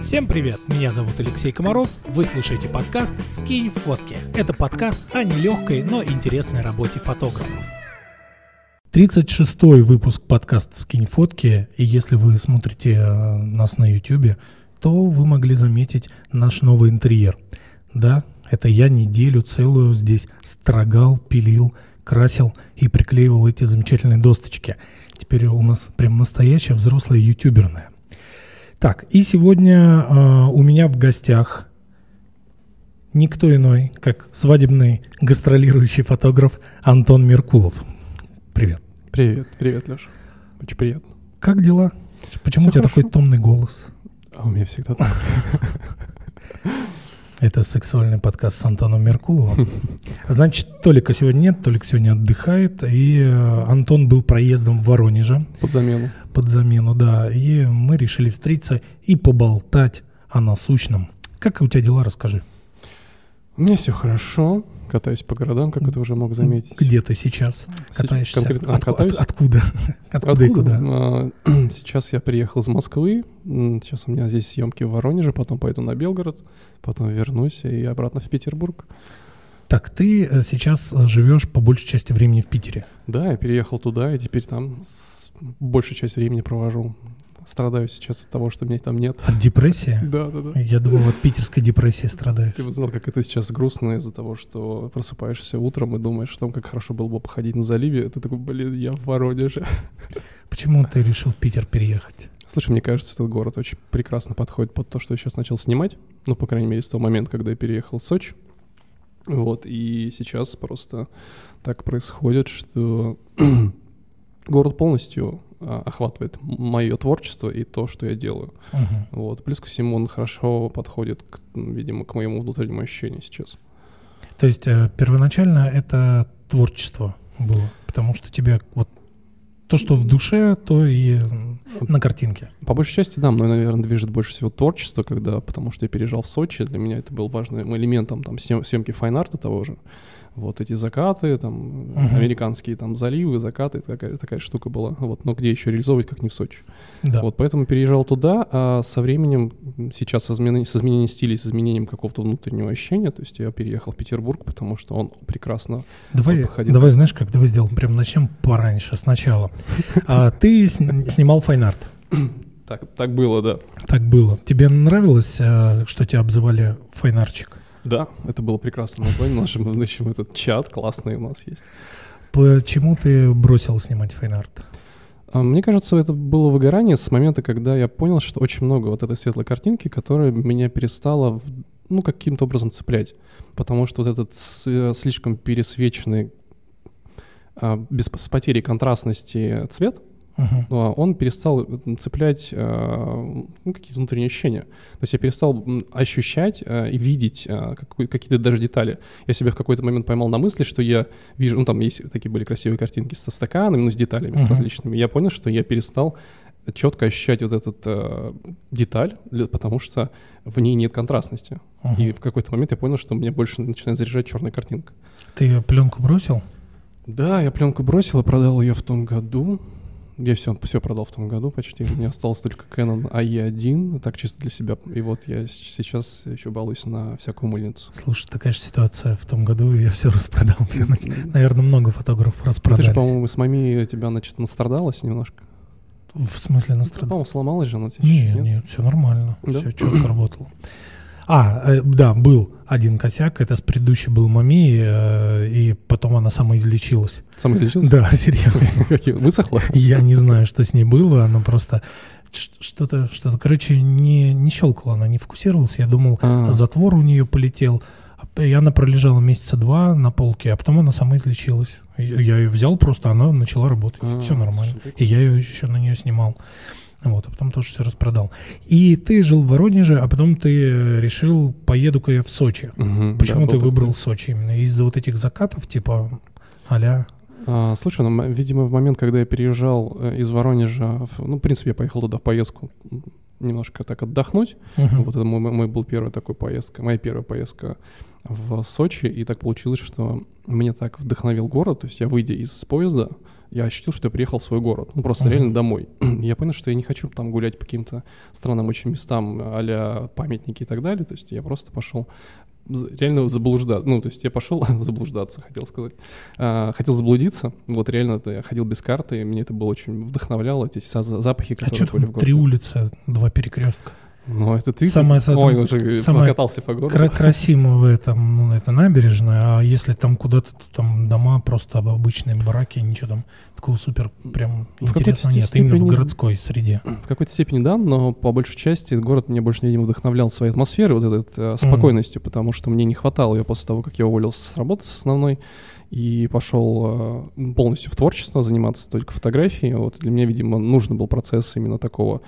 Всем привет, меня зовут Алексей Комаров, вы слушаете подкаст «Скинь фотки». Это подкаст о нелегкой, но интересной работе фотографов. 36-й выпуск подкаста «Скинь фотки», и если вы смотрите нас на YouTube, то вы могли заметить наш новый интерьер. Да, это я неделю целую здесь строгал, пилил, красил и приклеивал эти замечательные досточки. Теперь у нас прям настоящая взрослая ютуберная. Так, и сегодня у меня в гостях никто иной, как свадебный гастролирующий фотограф Антон Меркулов. Привет. Привет, Леша. Очень приятно. Как дела? Почему Все у тебя хорошо. такой томный голос? А у меня всегда так. Это сексуальный подкаст с Антоном Меркуловым. Значит, Толика сегодня нет, Толик сегодня отдыхает, и Антон был проездом в Воронеже. Под замену, да. И мы решили встретиться и поболтать о насущном. Как у тебя дела, расскажи. У меня все хорошо. Катаюсь по городам, как это уже мог заметить. Где ты сейчас катаешься? Катаюсь? Откуда? Откуда и куда? Сейчас я приехал из Москвы. Сейчас у меня здесь съемки в Воронеже, потом пойду на Белгород, потом вернусь и обратно в Петербург. Так, ты сейчас живешь по большей части времени в Питере? Да, я переехал туда, и теперь там большую часть времени провожу. Страдаю сейчас от того, что меня там нет. От депрессии? Да. Я думал, от питерской депрессии страдаешь. Ты бы знал, как это сейчас грустно из-за того, что просыпаешься утром и думаешь о том, как хорошо было бы походить на заливе. Ты такой, я в Воронеже. Почему ты решил в Питер переехать? Слушай, мне кажется, этот город очень прекрасно подходит под то, что я сейчас начал снимать. Ну, по крайней мере, с того момента, когда я переехал в Сочи. Вот, и сейчас просто так происходит, что город полностью охватывает мое творчество и то, что я делаю. Вот. Плюс ко всему он хорошо подходит, видимо, к моему внутреннему ощущению сейчас. То есть первоначально это творчество было, потому что тебе вот то, что в душе, то и на картинке. По большей части, да, мной, наверное, движет больше всего творчество, потому что я переезжал в Сочи, для меня это был важным элементом там съемки файн-арта того же. Вот эти закаты, там, американские там заливы, закаты, такая штука была. Вот, но где еще реализовывать, как не в Сочи. Да. Вот, поэтому переезжал туда, а со временем, сейчас с изменением стиля, с изменением какого-то внутреннего ощущения, то есть я переехал в Петербург, потому что он прекрасно подходил. Давай, знаешь как, давай сделаем, прям начнем пораньше, сначала. Ты снимал файн-арт. Так было, да. Так было. Тебе нравилось, что тебя обзывали файн-артчик? Да, это было прекрасно название. Наш этот чат классный у нас есть. Почему ты бросил снимать файн-арт? Мне кажется, это было выгорание с момента, когда я понял, что очень много вот этой светлой картинки, которая меня перестала, каким-то образом цеплять. Потому что вот этот слишком пересвеченный, с потерей контрастности цвет, он перестал цеплять какие-то внутренние ощущения. То есть я перестал ощущать и видеть какие-то даже детали. Я себя в какой-то момент поймал на мысли, что я вижу, там есть такие были красивые картинки со стаканами, с деталями, с различными. Я понял, что я перестал четко ощущать вот этот деталь, потому что в ней нет контрастности. И в какой-то момент я понял, что меня больше начинает заряжать черная картинка. Ты пленку бросил? Да, я пленку бросил и продал ее в том году. Я все продал в том году почти. У меня осталось только Canon AE1, так чисто для себя. И вот я сейчас еще балуюсь на всякую мыльницу. Слушай, такая же ситуация в том году, и я все распродал. Наверное, много фотографов распродались. Ты же, по-моему, с Мами тебя, настрадалась немножко. В смысле настрадалась? По-моему, сломалась же она. Нет, все нормально. Да? Все четко работало. Да, был один косяк, это с предыдущей был Мами, и потом она самоизлечилась. Самоизлечилась? Да, серьезно. Высохла? Я не знаю, что с ней было, она просто что-то, короче, не щелкала, она не фокусировалась, я думал, затвор у нее полетел, и она пролежала месяца 2 на полке, а потом она самоизлечилась. Я ее взял просто, она начала работать, все нормально, и я ее еще на нее снимал. Вот, а потом тоже все распродал. И ты жил в Воронеже, а потом ты решил, поеду-ка я в Сочи. Почему ты выбрал Сочи именно? Из-за вот этих закатов, типа а-ля? Слушай, видимо, в момент, когда я переезжал из Воронежа, в принципе, я поехал туда в поездку немножко так отдохнуть. Вот это мой был первая такая поездка, моя первая поездка в Сочи. И так получилось, что меня так вдохновил город. То есть я, выйдя из поезда, я ощутил, что я приехал в свой город, ну просто реально домой. Я понял, что я не хочу там гулять по каким-то странным очень местам, а-ля памятники и так далее, то есть я просто пошел реально заблуждаться, ну, то есть я пошел заблуждаться, хотел сказать, хотел заблудиться, вот реально я ходил без карты, и мне это было очень вдохновляло, эти запахи, которые были в городе. 3 улицы, 2 перекрестка. Ну, это ты самое уже покатался по городу. Красивое там, ну, это набережная, а если там куда-то там дома, просто обычные бараки, ничего там такого супер прям интересного нет, именно в городской среде. В какой-то степени да, но по большей части город меня больше, видимо, вдохновлял своей атмосферой, вот этой спокойностью, потому что мне не хватало ее после того, как я уволился с работы с основной и пошел полностью в творчество заниматься только фотографией. Вот для меня, видимо, нужен был процесс именно такого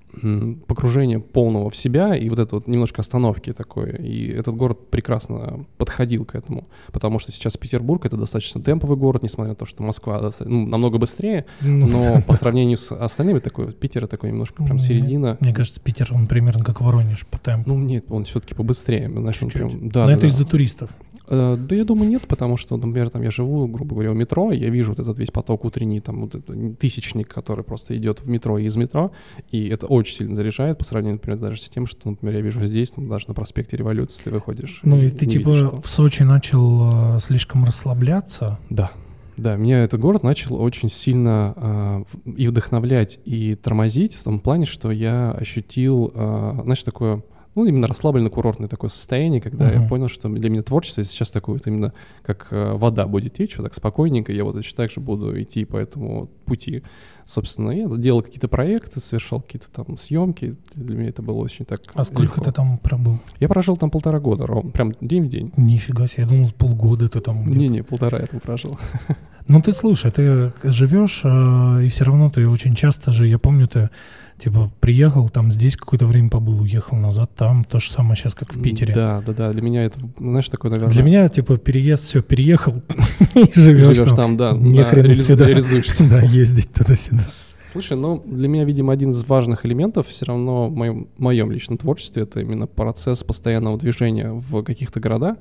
погружения полного в себя и вот это вот немножко остановки такой. И этот город прекрасно подходил к этому, потому что сейчас Петербург — это достаточно темповый город, несмотря на то, что Москва намного быстрее, но по сравнению с остальными Питер такой немножко прям середина. Мне кажется, Питер, он примерно как Воронеж по темпу. Ну нет, он все-таки побыстрее. Прям, но это из-за туристов. Да, я думаю, нет, потому что, например, там я живу, грубо говоря, в метро, и я вижу вот этот весь поток утренний, там вот этот тысячник, который просто идет в метро и из метро, и это очень сильно заряжает по сравнению, например, даже с тем, что, например, я вижу здесь, там, даже на проспекте Революции, ты выходишь. Ну и ты типа в Сочи начал слишком расслабляться? Да. Да, меня этот город начал очень сильно и вдохновлять, и тормозить в том плане, что я ощутил, знаешь, такое... Ну, именно расслабленно-курортное такое состояние, когда я понял, что для меня творчество сейчас такое вот именно как вода будет течь, вот так спокойненько, я вот точно так же буду идти по этому пути. Собственно, я делал какие-то проекты, совершал какие-то там съемки, для меня это было очень так А сколько легко. ты там пробыл? Я прожил там 1,5 года, прям день в день. Нифига себе, я думал, полгода ты там где-то. Не-не, 1,5 я там прожил. Ну ты слушай, ты живешь, и все равно ты очень часто же, я помню, ты типа приехал, там здесь какое-то время побыл, уехал назад, там то же самое сейчас, как в Питере. Да, для меня это, знаешь, такое, наверное... Для меня, типа, переезд, все, переехал и живешь там, да. Не хрен сюда. Реализуешься. Да, ездить туда-сюда. Слушай, ну, для меня, видимо, один из важных элементов все равно в моем личном творчестве — это именно процесс постоянного движения в каких-то городах,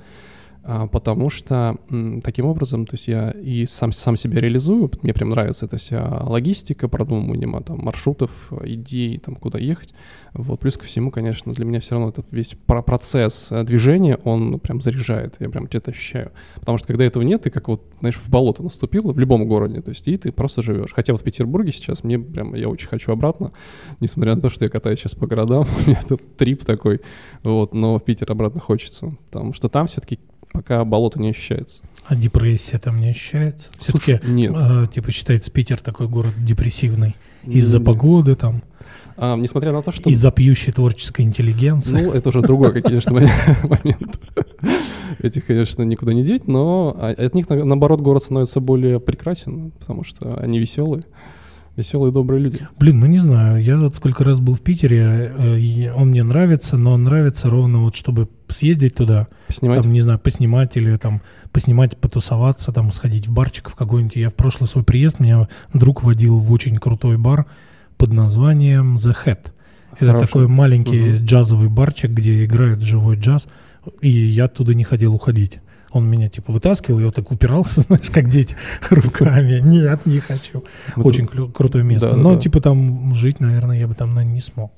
потому что таким образом, то есть я и сам себя реализую, мне прям нравится эта вся логистика, продумывание там маршрутов, идей, там куда ехать, вот, плюс ко всему, конечно, для меня все равно этот весь процесс движения, он прям заряжает, я прям это ощущаю, потому что когда этого нет, ты как вот, знаешь, в болото наступил в любом городе, то есть и ты просто живешь, хотя вот в Петербурге сейчас я очень хочу обратно, несмотря на то, что я катаюсь сейчас по городам, у меня этот трип такой, вот, но в Питер обратно хочется, потому что там все-таки пока болото не ощущается. А депрессия там не ощущается? Слушай, все-таки, нет. Типа, считается Питер такой город депрессивный из-за погоды там. Несмотря на то, что... Из-за пьющей творческой интеллигенции. Ну, это уже другой, конечно, момент. Этих, конечно, никуда не деть, но от них, наоборот, город становится более прекрасен, потому что они веселые добрые люди. Блин, ну не знаю, я вот сколько раз был в Питере, он мне нравится, но он нравится ровно вот, чтобы съездить туда, поснимать? Там, не знаю, поснимать или там поснимать, потусоваться, там сходить в барчик в какой-нибудь. Я в прошлый свой приезд, меня друг водил в очень крутой бар под названием The Hat. Это такой маленький джазовый барчик, где играют живой джаз, и я оттуда не хотел уходить. Он меня типа вытаскивал, я вот так упирался, знаешь, как дети, руками. Нет, не хочу. Очень крутое место. Да, но типа там жить, наверное, я бы там, наверное, не смог.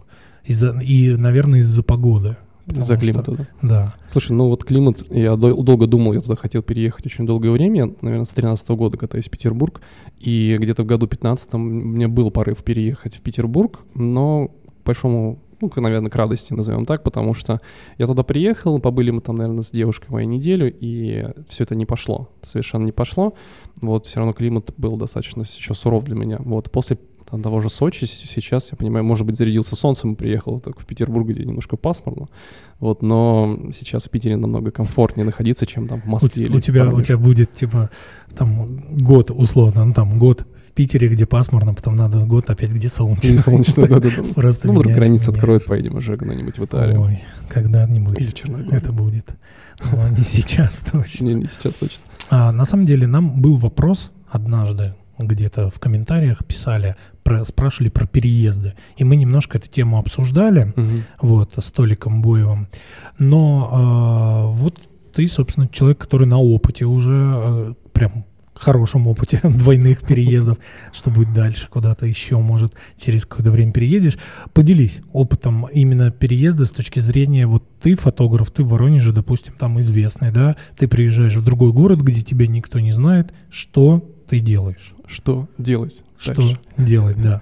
Наверное, из-за погоды. Из-за климата, да? Да. Слушай, ну вот климат, я долго думал, я туда хотел переехать очень долгое время, наверное, с 2013 года катаюсь в Петербург, и где-то в году 2015 у меня был порыв переехать в Петербург, но к большому... Ну, наверное, к радости, назовем так, потому что я туда приехал, побыли мы там, наверное, с девушкой моей неделю, и все это не пошло, совершенно не пошло. Вот, все равно климат был достаточно еще суров для меня. Вот, после того же Сочи сейчас, я понимаю, может быть, зарядился солнцем и приехал так в Петербург, где немножко пасмурно. Вот, но сейчас в Питере намного комфортнее находиться, чем там в Москве. У тебя будет, типа, там год, условно, ну, там год в Питере, где пасмурно, потом надо год опять, где солнечно. Солнечно, да. Просто ну, вдруг границы откроют, поедем уже куда-нибудь в Италию. Ой, когда-нибудь или в Черногорию. Это будет. Но не сейчас точно. Не сейчас точно. На самом деле, нам был вопрос однажды, где-то в комментариях писали, спрашивали про переезды. И мы немножко эту тему обсуждали, вот, с Толиком Боевым. Но вот ты, собственно, человек, который на опыте уже прям хорошем опыте двойных переездов, что будет дальше, куда-то еще, может, через какое-то время переедешь. Поделись опытом именно переезда с точки зрения, вот ты фотограф, ты в Воронеже, допустим, там известный, да, ты приезжаешь в другой город, где тебя никто не знает, что ты делаешь? Что делать? Что делать, да.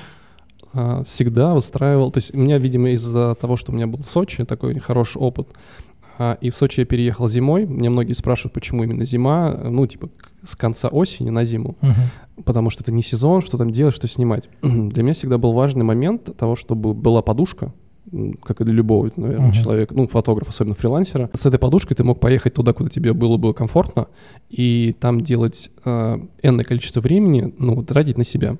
Всегда выстраивал, то есть у меня, видимо, из-за того, что у меня был в Сочи, такой хороший опыт, и в Сочи я переехал зимой. Мне многие спрашивают, почему именно зима, ну, типа, с конца осени на зиму. Потому что это не сезон, что там делать, что снимать. Для меня всегда был важный момент того, чтобы была подушка, как и для любого, наверное, человека, ну, фотографа, особенно фрилансера. С этой подушкой ты мог поехать туда, куда тебе было бы комфортно, и там делать энное количество времени, ну, тратить на себя.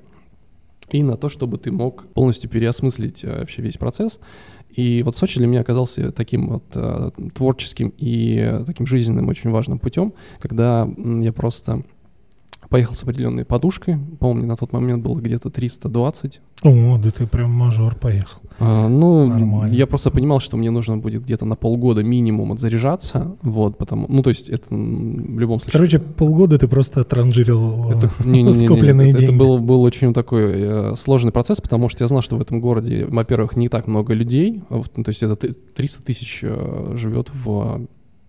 И на то, чтобы ты мог полностью переосмыслить вообще весь процесс. И вот Сочи для меня оказался таким вот творческим и таким жизненным очень важным путем, когда я просто поехал с определенной подушкой. Помню, на тот момент было где-то 320. О, да ты прям мажор поехал. Нормально. Я просто понимал, что мне нужно будет где-то на полгода минимум отзаряжаться. Вот, потому, ну, то есть это в любом случае... Короче, полгода ты просто транжирил скопленные деньги. Это был очень такой сложный процесс, потому что я знал, что в этом городе, во-первых, не так много людей. То есть это 300 тысяч живет в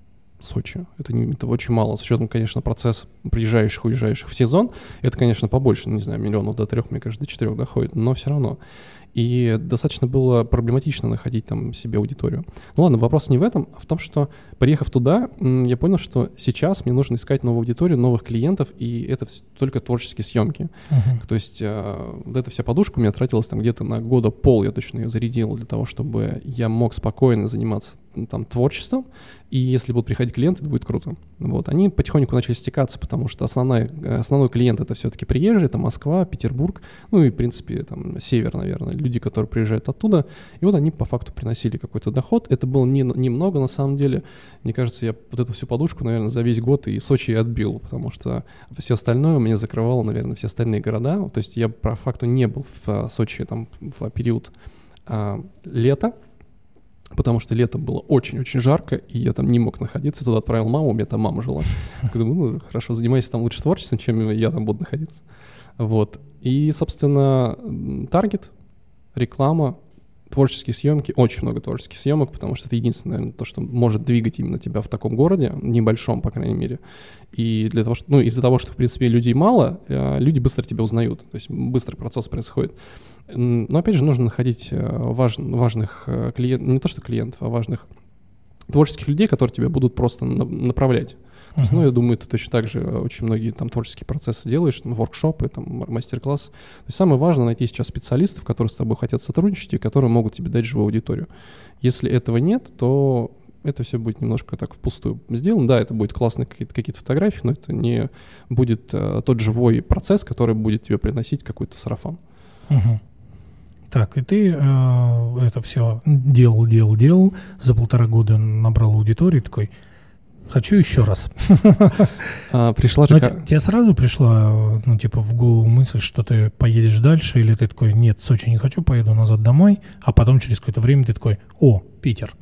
Сочи. Это очень мало. С учетом, конечно, процесса приезжающих, уезжающих в сезон, это, конечно, побольше, не знаю, миллионов до 3, мне кажется, до 4 доходит, но все равно. И достаточно было проблематично находить там себе аудиторию. Ну ладно, вопрос не в этом, а в том, что, приехав туда, я понял, что сейчас мне нужно искать новую аудиторию, новых клиентов, и это только творческие съемки. То есть вот эта вся подушка у меня тратилась там где-то на года пол, я точно ее зарядил для того, чтобы я мог спокойно заниматься там творчеством, и если будут приходить клиенты, это будет круто. Вот. Они потихоньку начали стекаться, потому что основной клиент — это все-таки приезжие, это Москва, Петербург, ну и, в принципе, там север, наверное, люди, которые приезжают оттуда, и вот они по факту приносили какой-то доход. Это было немного, на самом деле. Мне кажется, я вот эту всю подушку, наверное, за весь год и Сочи и отбил, потому что все остальное меня закрывало, наверное, все остальные города. То есть я по факту не был в Сочи там в период лета, потому что летом было очень-очень жарко, и я там не мог находиться. Туда отправил маму, у меня там мама жила. Я думаю, ну, хорошо, занимайся там лучше творчеством, чем я там буду находиться. Вот. И, собственно, таргет, реклама, творческие съемки, очень много творческих съемок, потому что это единственное, наверное, то, что может двигать именно тебя в таком городе, небольшом, по крайней мере. И для того, что, ну, из-за того, что, в принципе, людей мало, люди быстро тебя узнают, то есть быстрый процесс происходит. Но, опять же, нужно находить важных клиентов, не то что клиентов, а важных творческих людей, которые тебя будут просто направлять. То есть, ну, я думаю, ты точно так же очень многие там творческие процессы делаешь, там, воркшопы, там, мастер-классы. То есть самое важное — найти сейчас специалистов, которые с тобой хотят сотрудничать и которые могут тебе дать живую аудиторию. Если этого нет, то это все будет немножко так впустую сделано. Да, это будет классные какие-то фотографии, но это не будет тот живой процесс, который будет тебе приносить какой-то сарафан. Так, и ты это все делал, за 1,5 года набрал аудиторию, такой: хочу еще раз. Пришла же... Тебе сразу пришла, ну, типа, в голову мысль, что ты поедешь дальше, или ты такой: нет, Сочи не хочу, поеду назад домой, а потом через какое-то время ты такой: о, Питер.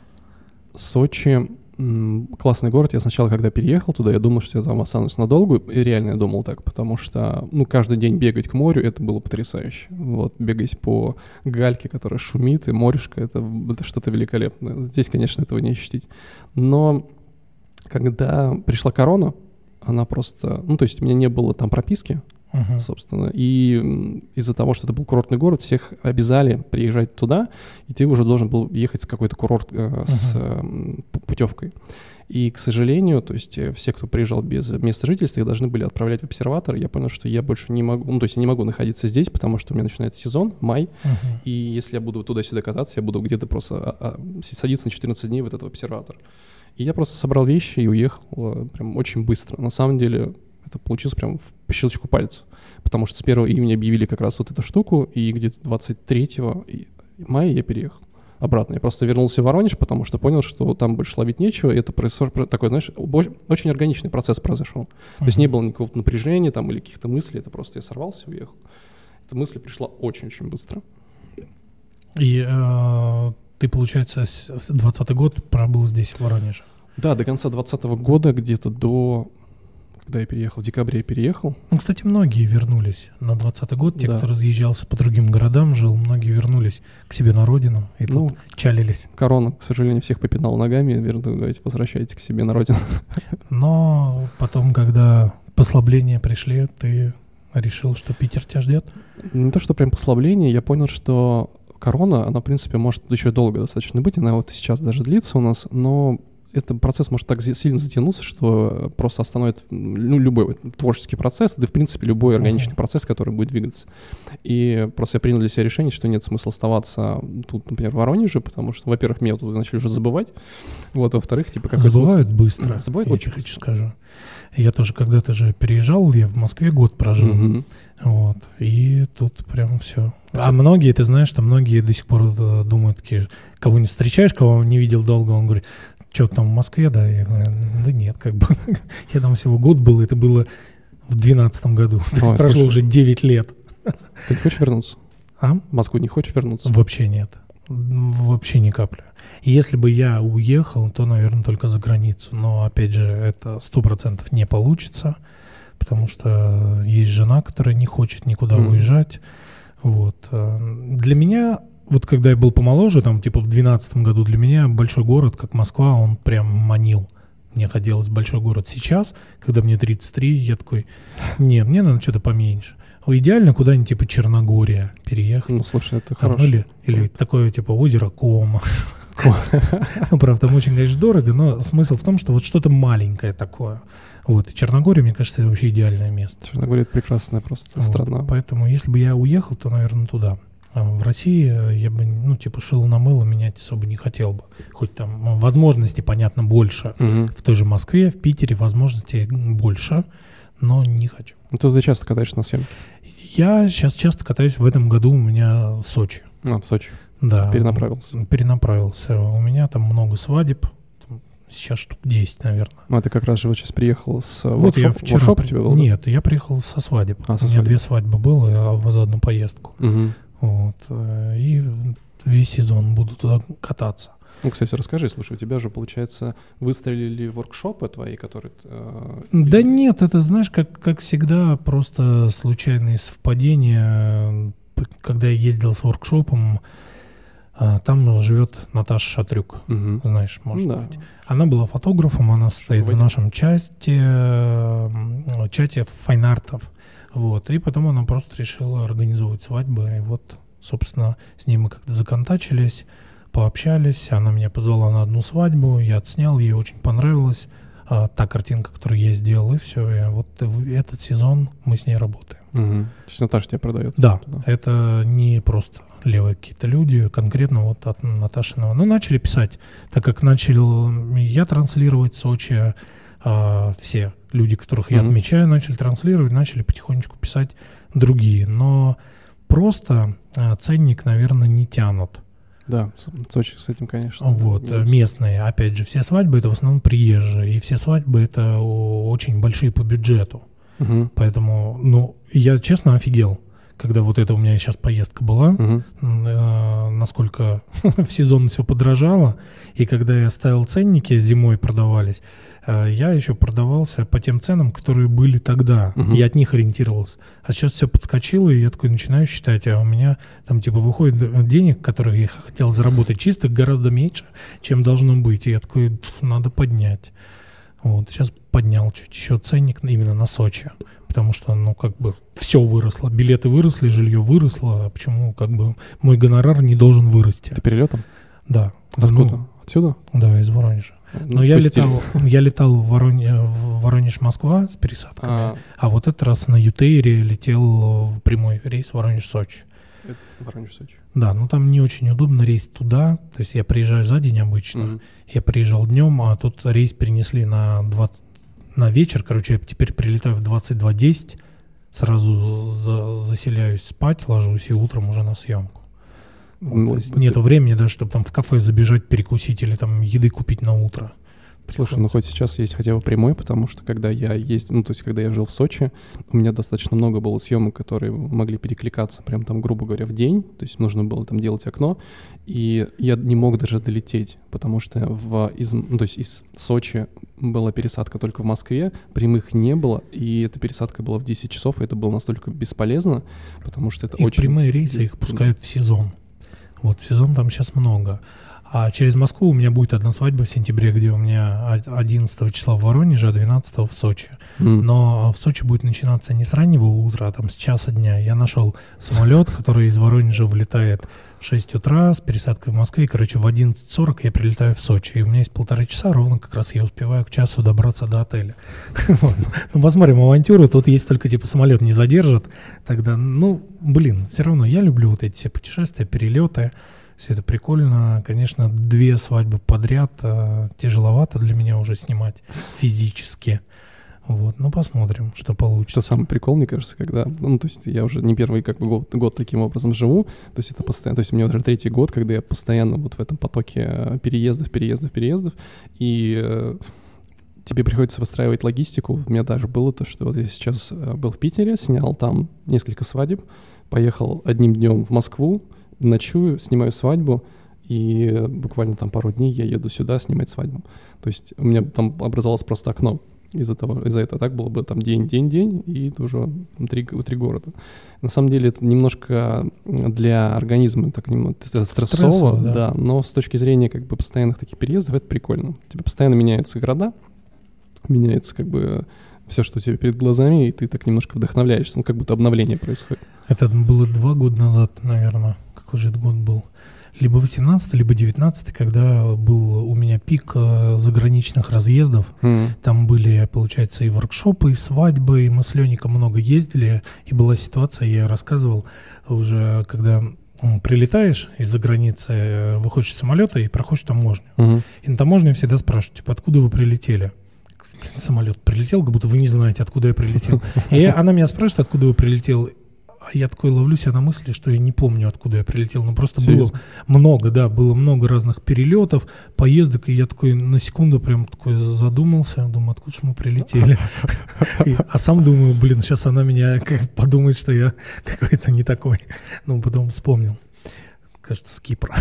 Сочи классный город. Я сначала, когда переехал туда, я думал, что я там останусь надолго, и реально я думал так, потому что, ну, каждый день бегать к морю — это было потрясающе. Вот, бегать по гальке, которая шумит, и морешко — это что-то великолепное. Здесь, конечно, этого не ощутить. Но когда пришла корона, она просто... Ну, то есть у меня не было там прописки, собственно, и из-за того, что это был курортный город, всех обязали приезжать туда, и ты уже должен был ехать с какой-то курорт с путевкой. И, к сожалению, то есть все, кто приезжал без места жительства, их должны были отправлять в обсерватор. Я понял, что я больше не могу, ну, то есть я не могу находиться здесь, потому что у меня начинается сезон, май, и если я буду туда-сюда кататься, я буду где-то просто садиться на 14 дней в этот обсерватор. И я просто собрал вещи и уехал прям очень быстро. На самом деле это получилось прям по щелчку пальцев, потому что с 1 июня объявили как раз вот эту штуку, и где-то 23 мая я переехал обратно. Я просто вернулся в Воронеж, потому что понял, что там больше ловить нечего, и это такой, знаешь, очень органичный процесс произошел. То есть не было никакого напряжения там или каких-то мыслей, это просто я сорвался и уехал. Эта мысль пришла очень-очень быстро. И ты, получается, с 20-й год пробыл здесь, в Воронеже? Да, до конца 2020 года, где-то когда я переехал, в декабре я переехал. Ну, кстати, многие вернулись на 20-й год. Те, Да. кто разъезжался по другим городам, жил, многие вернулись к себе на родину и тут чалились. Корона, к сожалению, всех попинала ногами. Давайте возвращайтесь к себе на родину. Но потом, когда послабления пришли, ты решил, что Питер тебя ждет? Не то, что прям послабление, я понял, что корона, она, в принципе, может еще долго достаточно быть, она вот сейчас даже длится у нас, но этот процесс может так сильно затянуться, что просто остановит любой творческий процесс, да, в принципе, любой органический процесс, который будет двигаться. И просто я принял для себя решение, что нет смысла оставаться тут, например, в Воронеже, потому что, во-первых, меня тут начали уже забывать, вот, во-вторых, типа, какой Забывают смысл? быстро. Да, забывают я очень тебе скажу. Я тоже когда-то же переезжал, я в Москве год прожил, вот, и тут прям все. А многие, ты знаешь, что многие до сих пор думают, такие, кого-нибудь встречаешь, кого не видел долго, он говорит, что там в Москве, да? Я говорю, да нет, как бы, я там всего год был, это было в 2012 году, то есть прошло уже 9 лет. Ты не хочешь вернуться? А? В Москву не хочешь вернуться? Вообще нет, вообще ни капли. Если бы я уехал, то, наверное, только за границу, но, опять же, это 100% не получится, потому что есть жена, которая не хочет никуда уезжать, вот. Для меня... Вот когда я был помоложе, там типа в 2012 году, для меня большой город, как Москва, он прям манил. Мне хотелось большой город. Сейчас, когда мне 33, я такой, нет, мне надо что-то поменьше. Идеально куда-нибудь типа Черногория переехать. Ну, слушай, это хорошо. Или такое типа озеро Кома. Ну, правда, там очень, конечно, дорого, но смысл в том, что вот что-то маленькое такое. Вот, и Черногория, мне кажется, это вообще идеальное место. Черногория — это прекрасная просто страна. Поэтому, если бы я уехал, то, наверное, туда. А в России я бы, ну, типа, шил на мыло менять особо не хотел бы. Хоть там возможностей, понятно, больше. В той же Москве, в Питере возможностей больше, но не хочу. Ну, ты часто катаешься на съемки? Я сейчас часто катаюсь. В этом году у меня Сочи. В Сочи. Да. Перенаправился. Перенаправился. У меня там много свадеб. Сейчас штук 10, наверное. А ты как раз же вот сейчас приехал с вот я вчера воркшоп у тебя был? Нет, я приехал со свадеб. У меня 2 свадьбы было за одну поездку. Вот. И весь сезон буду туда кататься. Ну, кстати, расскажи, слушай, у тебя же, получается, выстрелили воркшопы твои, которые... Да нет, это, знаешь, как всегда, просто случайные совпадения. Когда я ездил с воркшопом, там живет Наташа Шатрюк, знаешь, может быть. Она была фотографом, она стоит в нашем чате файн-артов. Вот, и потом она просто решила организовывать свадьбы, и вот, собственно, с ней мы как-то законтачились, пообщались, она меня позвала на одну свадьбу, я отснял, ей очень понравилась та картинка, которую я сделал, и все, и вот этот сезон мы с ней работаем. То есть Наташа тебя продает? Да, это не просто левые какие-то люди, конкретно вот от Наташиного. Ну, начали писать, так как начал я транслировать Сочи, все люди, которых я отмечаю, начали транслировать, начали потихонечку писать другие. Но просто ценник, наверное, не тянут. Да, Сочи с этим, конечно. Вот, местные. Опять же, все свадьбы — это в основном приезжие. И все свадьбы — это очень большие по бюджету. Поэтому, ну, я честно офигел, когда вот это у меня сейчас поездка была, насколько в сезон все подорожало. И когда я ставил ценники, зимой продавались, я еще продавался по тем ценам, которые были тогда. Я от них ориентировался. А сейчас все подскочило, и я такой начинаю считать, а у меня там типа выходит денег, которые я хотел заработать чистых, гораздо меньше, чем должно быть. И я такой, надо поднять. Вот, сейчас поднял чуть еще ценник именно на Сочи. Потому что, ну, как бы все выросло. Билеты выросли, жилье выросло. А почему, как бы, мой гонорар не должен вырасти? Ты перелетом? Да. Откуда? Отсюда? Да, из Воронежа. Но я летал в Воронеж-Москва с пересадками, а вот этот раз на Ютейре летел в прямой рейс Воронеж-Сочи. Воронеж-Сочи. Да, но там не очень удобно рейс туда, то есть я приезжаю за день обычно, я приезжал днем, а тут рейс перенесли на вечер, короче, я теперь прилетаю в 22:10, сразу заселяюсь спать, ложусь и утром уже на съемку. Вот, нету времени даже, чтобы там в кафе забежать, перекусить или там еды купить на утро. Слушай, ну хоть сейчас есть хотя бы прямой, потому что когда я ездил, ну то есть когда я жил в Сочи, у меня достаточно много было съемок, которые могли перекликаться прям там, грубо говоря, в день, то есть нужно было там делать окно, и я не мог даже долететь, потому что то есть из Сочи была пересадка только в Москве, прямых не было, и эта пересадка была в 10 часов, и это было настолько бесполезно, потому что это и очень... прямые рейсы их пускают в сезон. Вот, в сезон там сейчас много. А через Москву у меня будет одна свадьба в сентябре, где у меня 11 числа в Воронеже, а 12 в Сочи. Но в Сочи будет начинаться не с раннего утра, а там с часа дня. Я нашел самолет, который из Воронежа вылетает в 6 утра с пересадкой в Москве. И, короче, в 11:40 я прилетаю в Сочи. И у меня есть 1,5 часа, ровно как раз я успеваю к часу добраться до отеля. Ну, посмотрим авантюру. Тут есть только, типа, самолет не задержат. Тогда, ну, блин, все равно я люблю вот эти все путешествия, перелеты. Все это прикольно. Конечно, 2 свадьбы подряд тяжеловато для меня уже снимать физически. Вот, ну посмотрим, что получится. Это самый прикол, мне кажется, когда, ну, то есть я уже не первый как бы год таким образом живу, то есть это постоянно, то есть у меня уже 3-й год, когда я постоянно вот в этом потоке переездов, и тебе приходится выстраивать логистику. У меня даже было то, что вот я сейчас был в Питере, снял там несколько свадеб, поехал одним днем в Москву, ночую, снимаю свадьбу, и буквально там пару дней я еду сюда снимать свадьбу. То есть у меня там образовалось просто окно из-за этого. Так было бы там день, и это уже 3 города. На самом деле это немножко для организма так немного стрессово, да, но с точки зрения как бы постоянных таких переездов это прикольно. Тебе постоянно меняются города, меняется как бы все, что у тебя перед глазами, и ты так немножко вдохновляешься, ну как будто обновление происходит. Это было 2 года назад, наверное. Какой же это год был? Либо 18-й, либо 19-й, когда был у меня пик заграничных разъездов. Там были, получается, и воркшопы, и свадьбы, и мы с Леником много ездили. И была ситуация, я рассказывал уже, когда прилетаешь из-за границы, выходишь из самолета и проходишь таможню. И на таможне всегда спрашивают, типа, откуда вы прилетели? Блин, самолет прилетел, как будто вы не знаете, откуда я прилетел. И она меня спрашивает, откуда вы прилетел. А я такой ловлю себя на мысли, что я не помню, откуда я прилетел. Ну, просто серьезно? Было много разных перелетов, поездок, и я такой на секунду прям такой задумался, думаю, откуда же мы прилетели. А сам думаю, блин, сейчас она меня подумает, что я какой-то не такой. Ну, потом вспомнил. Кажется, с Кипра.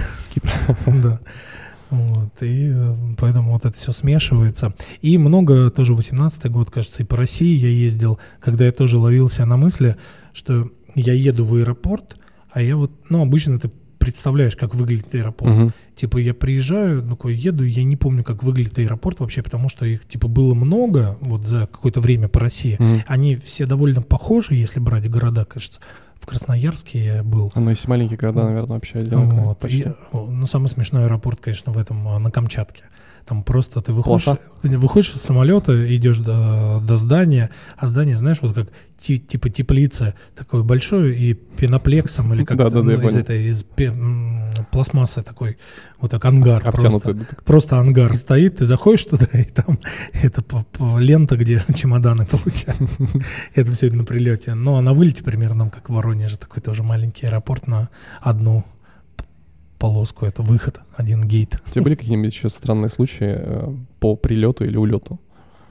Да. Вот, и поэтому вот это все смешивается. И много тоже 18-й год, кажется, и по России я ездил, когда я тоже ловил себя на мысли, что я еду в аэропорт, а я вот, ну, обычно ты представляешь, как выглядит аэропорт. Типа я приезжаю, такой еду, и я не помню, как выглядит аэропорт вообще, потому что их, типа, было много вот за какое-то время по России. Они все довольно похожи, если брать города, кажется. В Красноярске я был. Ну, если маленькие города, наверное, вообще одинаковые. Вот. Ну, самый смешной аэропорт, конечно, в этом, на Камчатке. Там просто ты выходишь из самолета, идешь до здания, а здание, знаешь, вот как типа теплица, такое большое, и пеноплексом, или как из пластмассы такой, вот так ангар. Просто ангар стоит, ты заходишь туда, и там это лента, где чемоданы получают. Это все на прилете. Ну, а на вылете примерно, как в Воронеже, такой тоже маленький аэропорт на одну полоску, это выход, один гейт. У тебя были какие-нибудь еще странные случаи по прилету или улету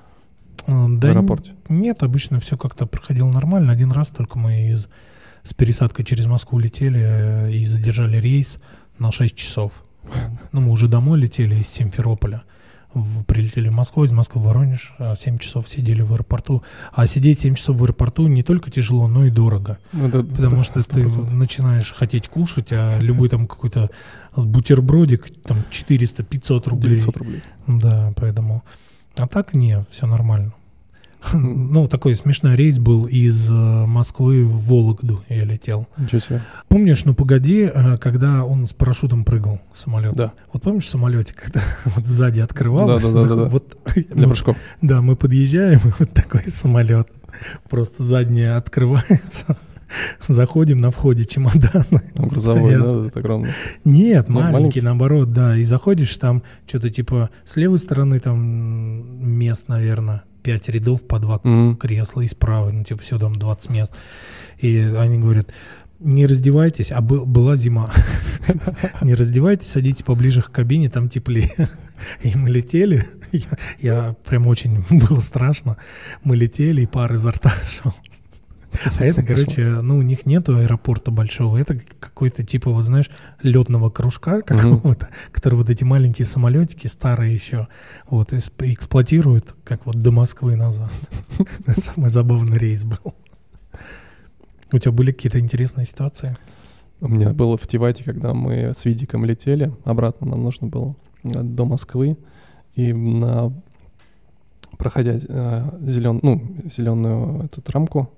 в аэропорте? Нет, обычно все как-то проходило нормально. Один раз только мы с пересадкой через Москву летели и задержали рейс на 6 часов. Ну, мы уже домой летели из Симферополя. Прилетели в Москву, из Москвы в Воронеж, 7 часов сидели в аэропорту. А сидеть 7 часов в аэропорту не только тяжело, но и дорого. Потому что 100%. Ты начинаешь хотеть кушать, а любой там какой-то бутербродик, там 400-500 рублей. 900 рублей. Да, поэтому... А так не, все нормально. Ну, такой смешной рейс был из Москвы в Вологду я летел. Ничего себе. Помнишь, ну погоди, когда он с парашютом прыгал, самолет? Да. Вот помнишь в самолете, когда вот сзади открывалось? Да. Вот, для прыжков. Да, мы подъезжаем, и вот такой самолет. Просто задняя открывается. Заходим, на входе чемоданы. Грузовой, да, это огромный. Нет, маленький, наоборот, да. И заходишь, там что-то типа с левой стороны там мест, наверное, 5 рядов по 2 кресла, и справа, ну типа все, там 20 мест. И они говорят, не раздевайтесь, а была зима. Не раздевайтесь, садитесь поближе к кабине, там теплее. И мы летели, я прям очень было страшно. Мы летели, и пар изо рта шел. А это, короче, ну, у них нету аэропорта большого. Это какой-то типа, вот знаешь, летного кружка какого-то, который вот эти маленькие самолетики, старые еще, вот, эксплуатируют, как вот до Москвы назад. Это самый забавный рейс был. У тебя были какие-то интересные ситуации? У меня было в Тивате, когда мы с Видиком летели, обратно нам нужно было до Москвы, и проходя зеленую эту рамку,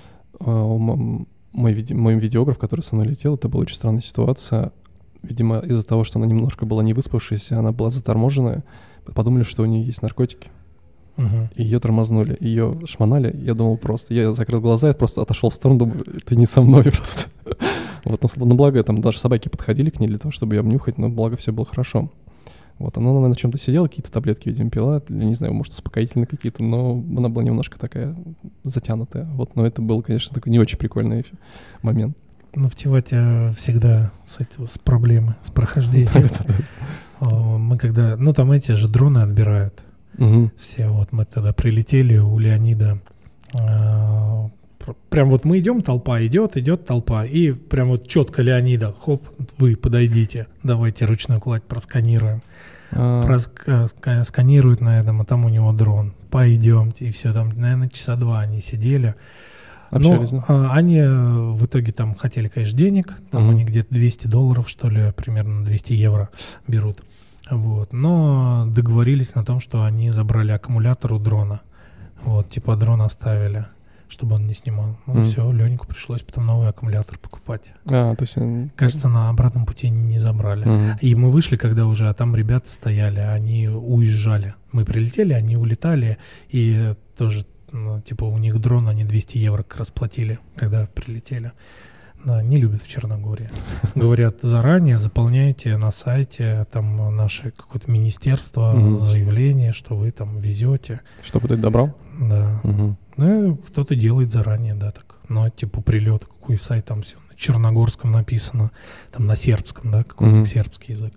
мой видеограф, который со мной летел, это была очень странная ситуация. Видимо, из-за того, что она немножко была не выспавшаяся, она была заторможенная, подумали, что у нее есть наркотики. И ее тормознули, ее шмонали. Я думал просто, я закрыл глаза, я просто отошел в сторону, думаю, ты не со мной просто. Вот, но благо, там даже собаки подходили к ней для того, чтобы ее обнюхать, но благо все было хорошо. Вот, она, наверное, на чем-то сидела, какие-то таблетки, видимо, пила, я не знаю, может, успокоительные какие-то, но она была немножко такая затянутая. Вот, но это был, конечно, такой не очень прикольный момент. Ну, в Тивате всегда с проблемой, с прохождением. Мы когда, ну, там эти же дроны отбирают. Все, вот мы тогда прилетели у Леонида. Прям вот мы идем, толпа идет толпа, и прям вот четко Леонида, хоп, вы подойдите, давайте ручную кладь просканируем. Сканируют на этом, а там у него дрон. Пойдемте, и все, там, наверное, часа 2 они сидели. Общались, но они в итоге там хотели, конечно, денег, там они где-то $200, что ли, примерно 200 евро берут. Вот. Но договорились на том, что они забрали аккумулятор у дрона. Вот, типа дрон оставили, чтобы он не снимал. Ну все, Леньку пришлось потом новый аккумулятор покупать. То есть... Кажется, на обратном пути не забрали. И мы вышли, когда уже, а там ребята стояли, они уезжали. Мы прилетели, они улетали, и тоже, ну, типа у них дрон, они 200 евро как раз платили, когда прилетели. Да, не любят в Черногории. Говорят, заранее заполняйте на сайте там наше какое-то министерство заявление, что вы там везете. Чтобы ты добрал? Да. Ну, кто-то делает заранее, да, так. Но типа прилет, какой сайт там все на черногорском написано, там на сербском, да, какой-то сербский язык.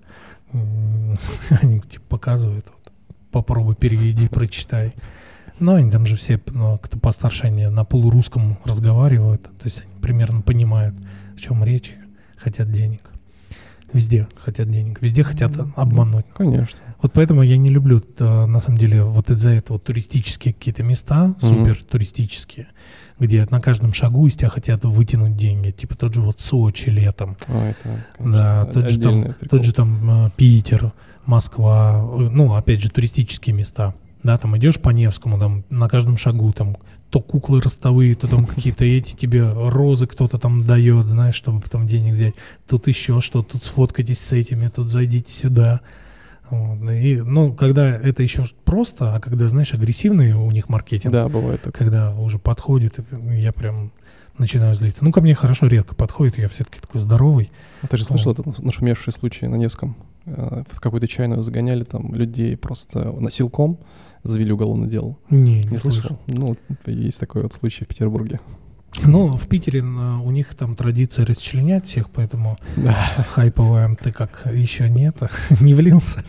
Они типа показывают, вот, попробуй переведи, прочитай. Но они там же все, ну, кто постарше, они на полурусском разговаривают. То есть они примерно понимают, о чем речь, хотят денег. Везде хотят денег, везде хотят обмануть. Конечно. Вот поэтому я не люблю, на самом деле, вот из-за этого туристические какие-то места, супер туристические, где на каждом шагу из тебя хотят вытянуть деньги. Типа тот же вот Сочи летом. Это, конечно, да, тот же там Питер, Москва, ну, опять же, туристические места. Да, там идешь по Невскому, там на каждом шагу там то куклы ростовые, то там какие-то эти тебе розы кто-то там дает, знаешь, чтобы потом денег взять. Тут еще что, тут сфоткайтесь с этими, тут зайдите сюда. Вот. И, ну, когда это еще просто, а когда, знаешь, агрессивный у них маркетинг, да, бывает так. Когда уже подходит, я прям начинаю злиться. Ну, ко мне хорошо редко подходит, я все-таки такой здоровый. Ты же слышал этот нашумевший случай на Невском? В какую-то чайную загоняли там людей просто насилком, завели уголовное дело. Не слышал. Ну, есть такой вот случай в Петербурге. Ну, в Питере у них там традиция расчленять всех, поэтому хайповая ты как еще нет, не влился.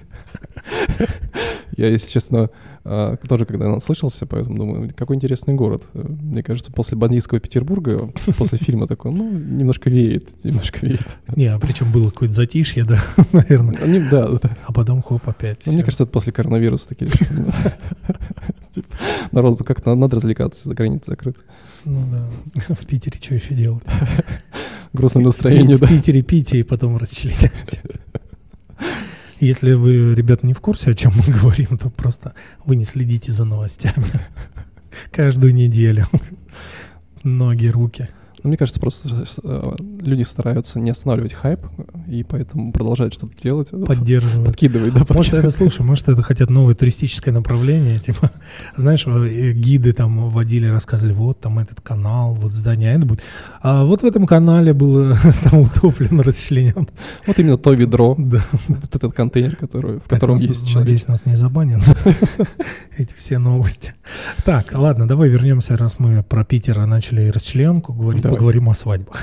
Я, если честно, тоже когда наслышался, поэтому думаю, какой интересный город. Мне кажется, после бандитского Петербурга, после фильма такой, ну, немножко веет. Не, а причем было какое-то затишье, да, наверное. Да. А потом хоп, опять. Мне кажется, это после коронавируса такие. Народу как-то надо развлекаться, границы закрыты. Ну да, в Питере что еще делать? Грустное настроение, да. В Питере пить и потом расчленять. Если вы, ребята, не в курсе, о чем мы говорим, то просто вы не следите за новостями. Каждую неделю. Ноги, руки. Мне кажется, просто люди стараются не останавливать хайп, и поэтому продолжают что-то делать. Поддерживают. Подкидывать, да. Может, это, слушай, может, это хотят новое туристическое направление, типа, знаешь, гиды там водили, рассказывали, вот там этот канал, вот здание, это будет. А вот в этом канале было там утоплено, расчленен. Вот именно то ведро, да. Вот этот контейнер, в котором есть человек. Надеюсь, нас не забанят эти все новости. Так, ладно, давай вернемся, раз мы про Питер начали расчленку говорить. Поговорим о свадьбах.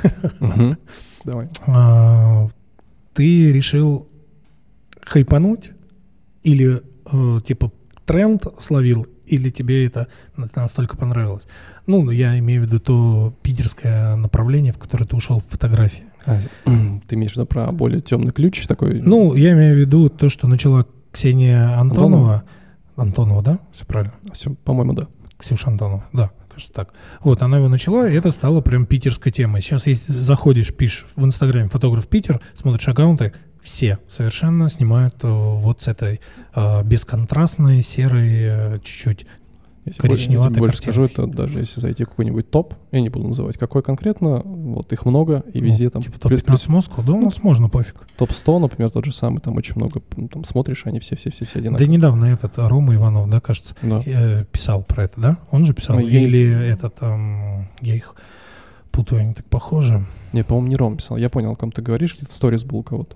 Давай. Ты решил хайпануть Или типа тренд словил, или тебе это настолько понравилось? Ну, я имею в виду то питерское направление, в которое ты ушел в фотографии. Ты имеешь в виду про более темный ключ такой? Ну, я имею в виду то, что начала Ксения Антонова. Антонова, да? Все правильно? Все, по-моему, да. Ксюша Антонова, да, кажется так. Вот, она его начала, и это стало прям питерской темой. Сейчас, если заходишь, пишешь в Инстаграме «Фотограф Питер», смотришь аккаунты, все совершенно снимают вот с этой бесконтрастной, серой, чуть-чуть коричневатой я больше скажу, картинкой. это даже если зайти в какой-нибудь топ, я не буду называть, какой конкретно, вот их много, и везде там... Типа топ-15 Москва, да, у нас можно, пофиг. Топ-100, например, тот же самый, там очень много, там смотришь, они все одинаковые. Да недавно этот Рома Иванов, да, кажется, Да. писал про это, да? Он же писал? Или этот, я их путаю, они так похожи. Не, по-моему, не Ром писал, я понял, о ком ты говоришь, где-то сторис был у кого-то.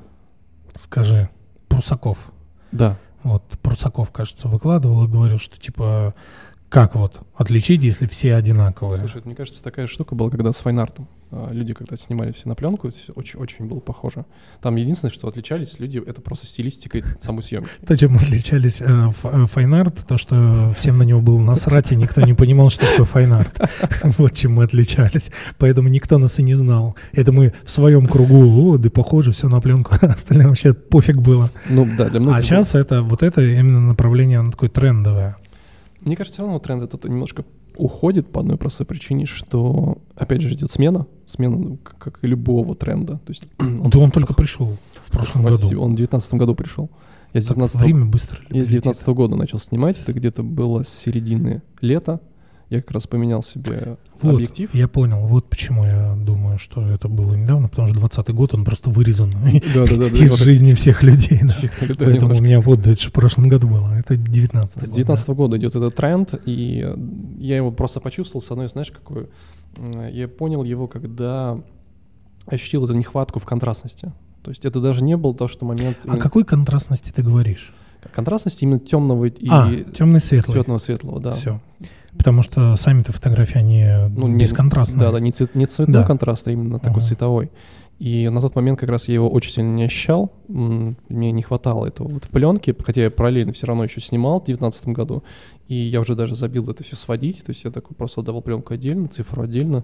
Скажи, Прусаков. Да. Вот Прусаков, кажется, выкладывал и говорил, что типа, как вот отличить, если все одинаковые? Слушай, мне кажется, такая штука была, когда с файнартом. Люди, когда снимали все на пленку, очень было похоже. Там единственное, что отличались люди, это просто стилистикой самой съемки. То, чем отличались файнарт, то, что всем на него было насрать, и никто не понимал, что такое файнарт. Вот чем мы отличались. Поэтому никто нас и не знал. Это мы в своем кругу, да похоже, все на пленку. Остальным вообще пофиг было. Ну да, для многих. А сейчас это именно направление, оно такое трендовое. Мне кажется, все равно тренд этот немножко уходит по одной простой причине, что, опять же, идет смена, как и любого тренда. То есть, он только пришел в прошлом году. Он в 2019 году пришел. Я с 2019 года начал снимать, это где-то было с середины лета. Я как раз поменял себе объектив. Я понял, вот почему я думаю, что это было недавно, потому что 20-й год, он просто вырезан из жизни всех людей. Поэтому у меня это же в прошлом году было, это 19-й год. С 19 года идет этот тренд, и я его просто почувствовал, с одной, знаешь, какой... Я понял его, когда ощутил эту нехватку в контрастности. То есть это даже не был то, что момент... О какой контрастности ты говоришь? Контрастность именно темного и темный-светлый. Светлого-светлого, да. Все. Потому что сами-то фотографии, они бесконтрастные. Да, не цветной контраст, а именно такой световой. И на тот момент как раз я его очень сильно не ощущал, мне не хватало этого вот в пленке, хотя я параллельно все равно еще снимал в 2019 году, и я уже даже забил это все сводить, то есть я такой просто отдавал пленку отдельно, цифру отдельно,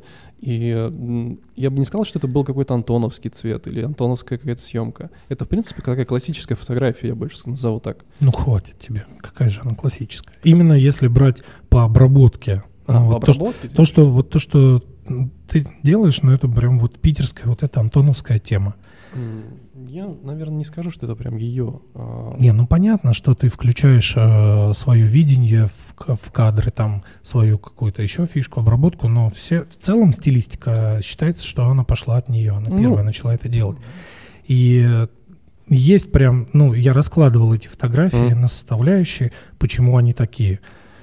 и я бы не сказал, что это был какой-то антоновский цвет или антоновская какая-то съемка. Это, в принципе, такая классическая фотография, я больше назову так. Ну, хватит тебе, какая же она классическая. Именно если брать по обработке. По обработке? То, что ты делаешь, это прям вот питерская, вот эта антоновская тема. Я, наверное, не скажу, что это прям ее. Понятно, что ты включаешь свое видение в кадры, там свою какую-то еще фишку, обработку, но в целом стилистика считается, что она пошла от нее, она первая начала это делать. И есть прям, я раскладывал эти фотографии на составляющие, почему они такие.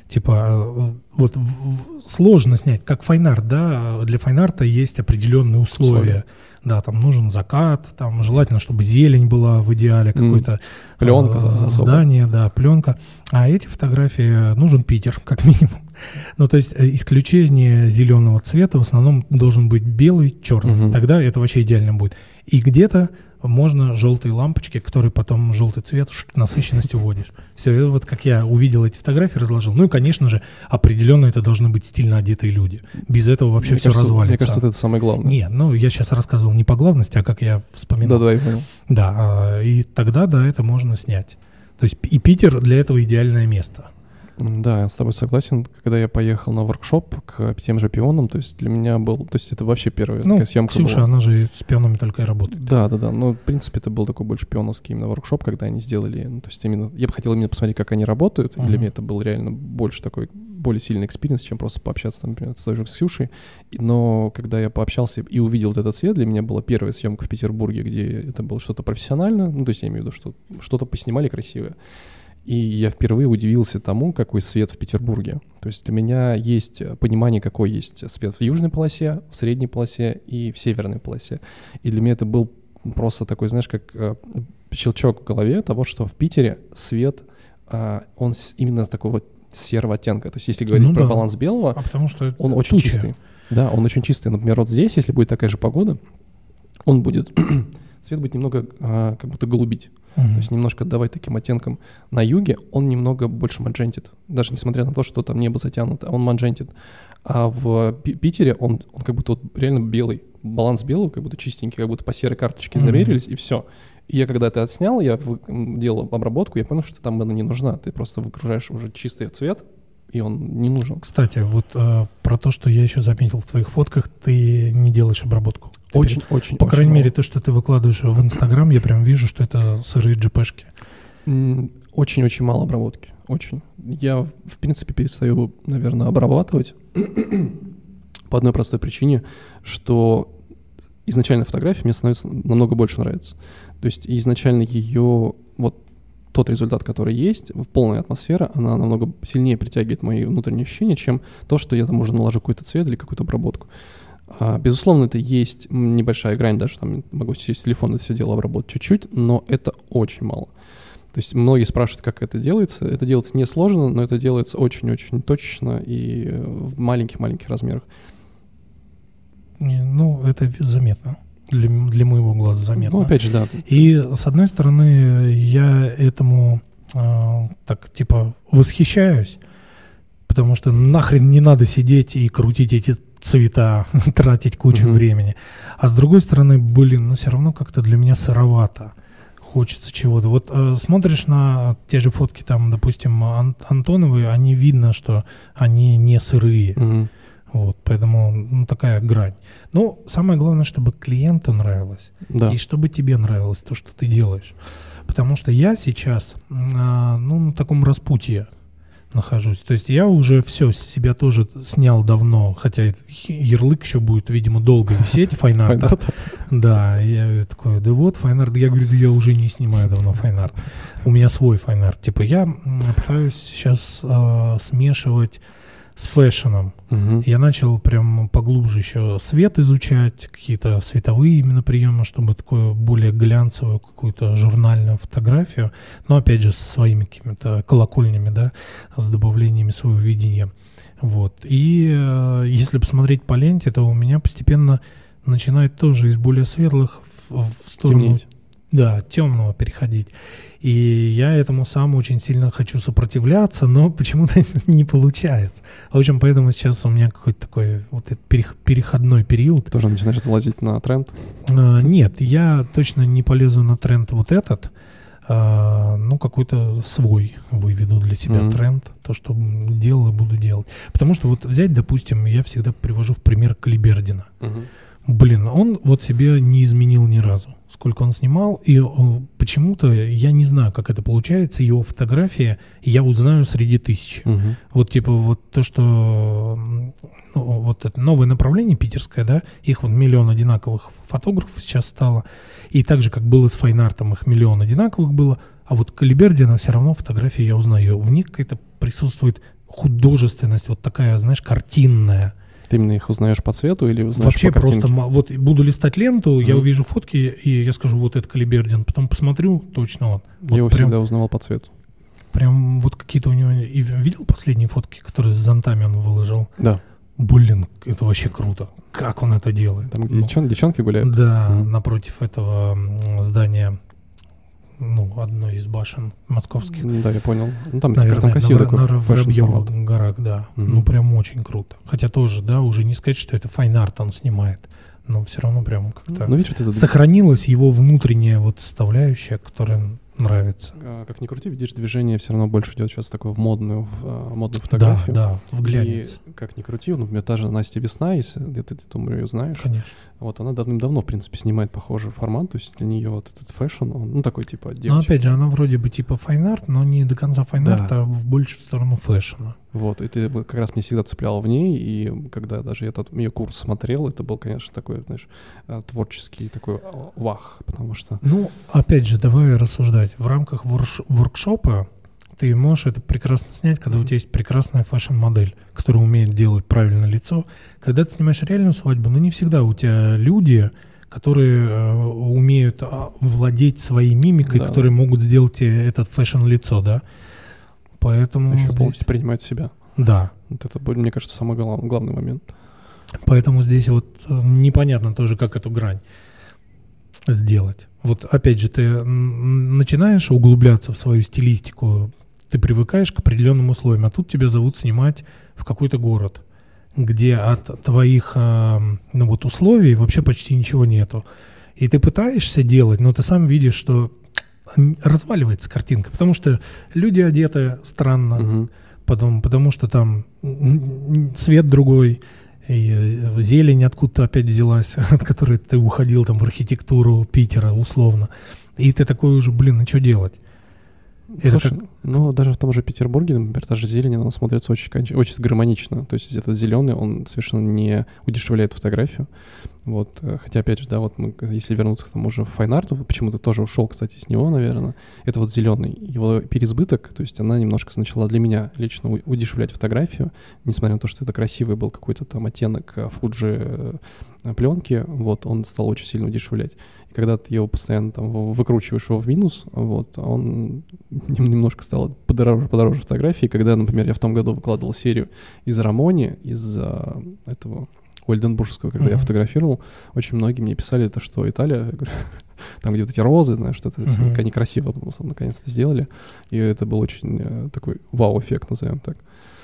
Типа, вот сложно снять, как файнарт, да, для файнарта есть определенные условия. Да, там нужен закат, там желательно, чтобы зелень была в идеале, какой-то пленка, здание, да, пленка. А эти фотографии нужен Питер, как минимум. То есть исключение зеленого цвета в основном должен быть белый, черный. Тогда это вообще идеально будет. И где-то можно желтые лампочки, которые потом желтый цвет насыщенность уводишь. Все, это вот как я увидел эти фотографии, разложил. И, конечно же, определенно это должны быть стильно одетые люди. Без этого вообще все развалится. Мне кажется, это самое главное. Не, я сейчас рассказывал не по главности, а как я вспоминал. Да, я понял. Да, и тогда, да, это можно снять. То есть и Питер для этого идеальное место. Да, я с тобой согласен. Когда я поехал на воркшоп к тем же пионам, то есть для меня был... То есть это вообще первая такая съемка Ксюша, была. она же с пионами только и работает. Да. В принципе, это был такой больше пионовский именно воркшоп, когда они сделали... то есть именно... Я бы хотел именно посмотреть, как они работают. Для меня это был реально больше такой... более сильный экспириенс, чем просто пообщаться, например, с той же Ксюшей. Но когда я пообщался и увидел вот этот цвет, для меня была первая съемка в Петербурге, где это было что-то профессиональное. То есть я имею в виду, что что-то поснимали красивое. И я впервые удивился тому, какой свет в Петербурге. То есть для меня есть понимание, какой есть свет в южной полосе, в средней полосе и в северной полосе. И для меня это был просто такой, знаешь, как щелчок в голове того, что в Питере свет, он именно такого серого оттенка. То есть если говорить про баланс белого, потому что он очень чистый. Да, он очень чистый. Например, вот здесь, если будет такая же погода, он будет цвет будет немного как будто голубить. То есть немножко отдавать таким оттенкам. На юге он немного больше маджентит. Даже несмотря на то, что там небо затянуто, он маджентит. А в Питере он как будто вот реально белый. Баланс белого, как будто чистенький, как будто по серой карточке замерились, и все. И я когда это отснял, я делал обработку, я понял, что там она не нужна. Ты просто выгружаешь уже чистый цвет, и он не нужен. Кстати, вот про то, что я еще заметил в твоих фотках, ты не делаешь обработку. Очень. По крайней мере, то, что ты выкладываешь в Инстаграм, я прям вижу, что это сырые джипешки. Очень-очень мало обработки. Очень. Я, в принципе, перестаю, наверное, обрабатывать по одной простой причине, что изначально фотография мне становится намного больше нравится. То есть изначально ее, вот тот результат, который есть, полная атмосфера, она намного сильнее притягивает мои внутренние ощущения, чем то, что я там уже наложу какой-то цвет или какую-то обработку. Безусловно, это есть небольшая грань, даже там могу через телефон это все дело обработать чуть-чуть, но это очень мало. То есть многие спрашивают, как это делается. Это делается несложно, но это делается очень-очень точечно и в маленьких-маленьких размерах. Ну, это заметно. Для моего глаза заметно. Ну, опять же, да. И, с одной стороны, я этому так, типа, восхищаюсь, потому что нахрен не надо сидеть и крутить эти цвета, тратить кучу времени. А с другой стороны, ну, все равно как-то для меня сыровато. Хочется чего-то. Вот смотришь на те же фотки, там, допустим, Антоновы, они видно, что они не сырые. Вот, поэтому, ну, такая грань. Но самое главное, чтобы клиенту нравилось. Да. И чтобы тебе нравилось то, что ты делаешь. Потому что я сейчас, ну, на таком распутье нахожусь. То есть я уже все с себя тоже снял давно, хотя этот ярлык еще будет, видимо, долго висеть, файн-арта. Да, я такой, да вот, файн-арт. Я говорю, да я уже не снимаю давно файн-арт. У меня свой файн-арт. Типа я пытаюсь сейчас смешивать с фэшеном. Я начал прям поглубже еще свет изучать, какие-то световые именно приемы, чтобы такую более глянцевую какую-то журнальную фотографию, но опять же со своими какими-то колокольнями, да, с добавлениями своего видения. Вот. И если посмотреть по ленте, то у меня постепенно начинает тоже из более светлых в сторону... Темнеть. Да, темного переходить. И я этому сам очень сильно хочу сопротивляться, но почему-то не получается. В общем, поэтому сейчас у меня какой-то такой вот этот переходной период. Тоже начинаешь залазить на тренд? Нет, я точно не полезу на тренд вот этот. Ну, какой-то свой выведу для себя тренд. То, что делал и буду делать. Потому что вот взять, допустим, я всегда привожу в пример Калибердина. Блин, он вот себя не изменил ни разу. Сколько он снимал, и почему-то, я не знаю, как это получается, его фотографии я узнаю среди тысяч. Вот типа вот то, что ну, вот это новое направление питерское, да, их вот миллион одинаковых фотографов сейчас стало, и так же, как было с файн-артом, их миллион одинаковых было, а вот Калибердина все равно фотографии я узнаю. В них какая-то присутствует художественность, вот такая, знаешь, картинная. Ты именно их узнаешь по цвету или узнаешь вообще по картинке? Просто вот буду листать ленту, я увижу фотки, и я скажу, вот это Калибердин. Потом посмотрю, точно он. Я его прям, всегда узнавал по цвету. Прям вот какие-то у него... И видел последние фотки, которые с зонтами он выложил? Да. Блин, это вообще круто. Как он это делает? Там, где девчонки гуляют? Да, напротив этого здания, ну, одной из башен московских. Да, я понял. Ну, там, наверное, там красивый такой на фэшн-формат. горах, да. Ну, прям очень круто. Хотя тоже, да, уже не сказать, что это файн-арт он снимает, но все равно прям как-то видишь, вот сохранилась его внутренняя вот составляющая, которая нравится. Как ни крути, видишь, движение все равно больше идет сейчас такое в модную фотографию. Да, в глянец. И как ни крути, например, та же Настя Весна, если где-то ты, думаю, ее знаешь. Конечно. Вот она давным-давно, в принципе, снимает похожий формат, то есть для нее вот этот фэшн, он, ну, такой типа девочек. Но опять же, она вроде бы типа файн-арт, но не до конца файн-арт, а в большую сторону фэшна. Вот, это как раз меня всегда цепляло в ней, и когда даже я ее курс смотрел, это был, конечно, такой, знаешь, творческий такой вах, потому что... Ну, опять же, давай рассуждать. В рамках воркшопа ты можешь это прекрасно снять, когда у тебя есть прекрасная фэшн-модель, которая умеет делать правильное лицо. Когда ты снимаешь реальную свадьбу, ну, не всегда у тебя люди, которые умеют владеть своей мимикой, да, которые могут сделать этот фэшн-лицо, да. Поэтому еще здесь... полностью принимать себя. Да. Вот это, мне кажется, самый главный момент. Поэтому здесь вот непонятно тоже, как эту грань. сделать. Вот опять же, ты начинаешь углубляться в свою стилистику, ты привыкаешь к определенным условиям, а тут тебя зовут снимать в какой-то город, где от твоих условий вообще почти ничего нету. И ты пытаешься делать, но ты сам видишь, что разваливается картинка, потому что люди одеты странно, потому что там свет другой, и зелень откуда-то опять взялась, от которой ты уходил там в архитектуру Питера условно. И ты такой уже, ну что делать? Слушай, даже в том же Петербурге, например, та же зелень, она смотрится очень гармонично. То есть этот зеленый, он совершенно не удешевляет фотографию. Вот. Хотя, опять же, да, вот мы, если вернуться к тому же файн-арту, почему-то тоже ушел, кстати, с него, наверное, это вот зеленый. Его переизбыток, то есть она немножко начала для меня лично удешевлять фотографию, несмотря на то, что это красивый был какой-то там оттенок Fuji пленки, вот, он стал очень сильно удешевлять. И когда ты его постоянно там выкручиваешь его в минус, вот, он немножко стал подороже фотографии. Когда, например, я в том году выкладывал серию из Рамони, из этого Ольденбургского, когда я фотографировал, очень многие мне писали, это что, Италия? Я говорю, там где вот эти розы, знаешь, что-то некрасиво наконец-то сделали. И это был очень такой вау-эффект, назовем так.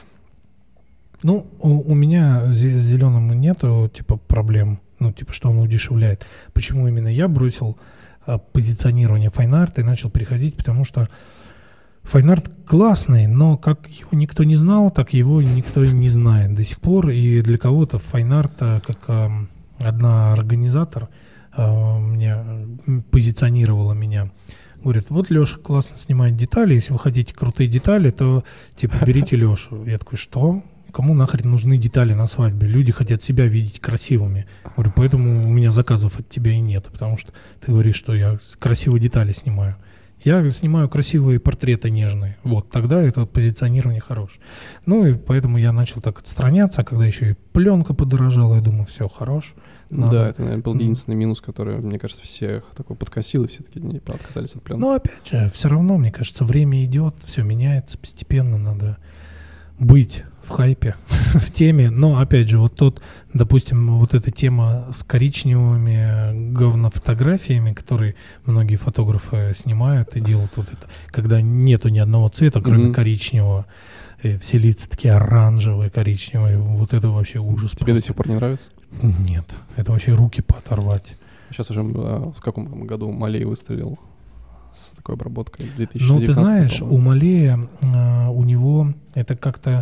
Ну, у меня с зеленым нету, проблем, что он удешевляет. Почему именно я бросил позиционирование файн-арта и начал переходить, потому что файн-арт классный, но как его никто не знал, так его никто и не знает до сих пор. И для кого-то файн-арт, как одна организатор мне позиционировала меня, говорит, вот Леша классно снимает детали, если вы хотите крутые детали, то берите Лешу. Я такой, что? Кому нахрен нужны детали на свадьбе? Люди хотят себя видеть красивыми. Говорю, поэтому у меня заказов от тебя и нет, потому что ты говоришь, что я красивые детали снимаю. Я снимаю красивые портреты нежные. Вот, тогда это позиционирование хорошее. Ну, и поэтому я начал так отстраняться, а когда еще и пленка подорожала, я думаю, все, хорош. Надо. Да, это, наверное, был единственный минус, который, мне кажется, всех такой подкосил, и все таки отказались от пленки. Но, опять же, все равно, мне кажется, время идет, все меняется постепенно, надо быть в хайпе, в теме. Но, опять же, вот тот, допустим, вот эта тема с коричневыми говнофотографиями, которые многие фотографы снимают и делают вот это, когда нету ни одного цвета, кроме коричневого, и все лица такие оранжевые, коричневые, вот это вообще ужас. Тебе до сих пор не нравится? Нет, это вообще руки пооторвать. Сейчас уже в каком году Малей выстрелил с такой обработкой? 2019. Ну, ты знаешь, у Малея, у него это как-то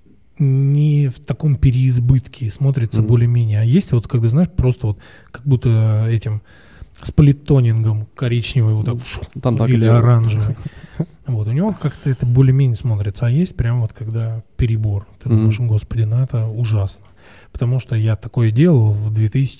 не в таком переизбытке смотрится более-менее. А есть вот, когда, знаешь, просто вот как будто этим сплиттонингом коричневый вот так или оранжевый. Вот, у него как-то это более-менее смотрится. А есть прям вот когда перебор. Ты думаешь, господи, ну это ужасно. Потому что я такое делал в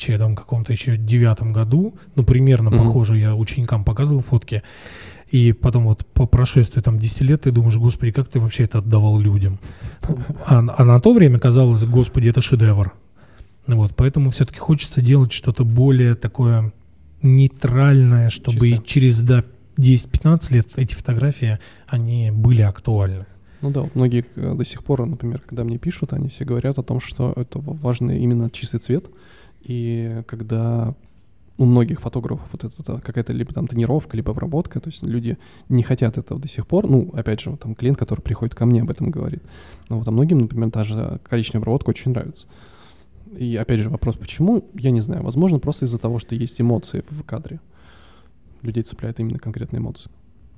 2009 году, примерно похоже, я ученикам показывал фотки, и потом вот по прошествию 10 лет ты думаешь, господи, как ты вообще это отдавал людям? А на то время казалось, господи, это шедевр. Вот, поэтому все-таки хочется делать что-то более такое нейтральное, чтобы и через 10-15 лет эти фотографии, они были актуальны. Ну да, многие до сих пор, например, когда мне пишут, они все говорят о том, что это важно именно чистый цвет. И когда у многих фотографов вот это какая-то либо там тонировка, либо обработка, то есть люди не хотят этого до сих пор. Ну, опять же, там клиент, который приходит ко мне, об этом говорит. Но вот, а многим, например, та же коричневая обработка очень нравится. И опять же вопрос, почему, я не знаю. Возможно, просто из-за того, что есть эмоции в кадре. Людей цепляет именно конкретные эмоции,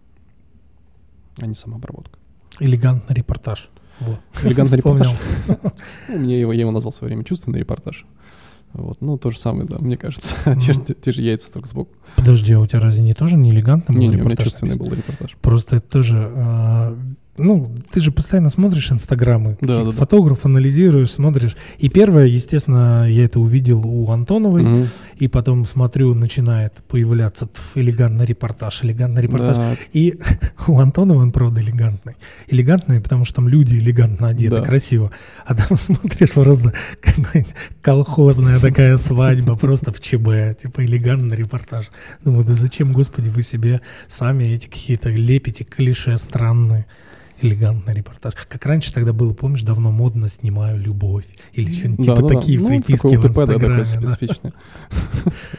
а не сама обработка. Элегантный репортаж. Вот. Элегантный репортаж. Я его назвал в свое время чувственный репортаж. Вот. Ну, то же самое, да, мне кажется. Те же яйца только сбоку. Подожди, а у тебя разве тоже не элегантный был репортаж? Не, у меня чувственный был репортаж. Просто это тоже... ты же постоянно смотришь инстаграмы, да. фотограф, анализируешь, смотришь. И первое, естественно, я это увидел у Антоновой, и потом смотрю, начинает появляться элегантный репортаж. Да. И у Антоновой он, правда, элегантный. Элегантный, потому что там люди элегантно одеты, красиво. А там смотришь просто какая-нибудь колхозная такая свадьба, просто в ЧБ, типа элегантный репортаж. Думаю, да зачем, господи, вы себе сами эти какие-то лепите клише странные. Элегантный репортаж. Как раньше тогда было, помнишь, давно модно «Снимаю любовь». Или что-нибудь такие приписки в Инстаграме. Специфичные.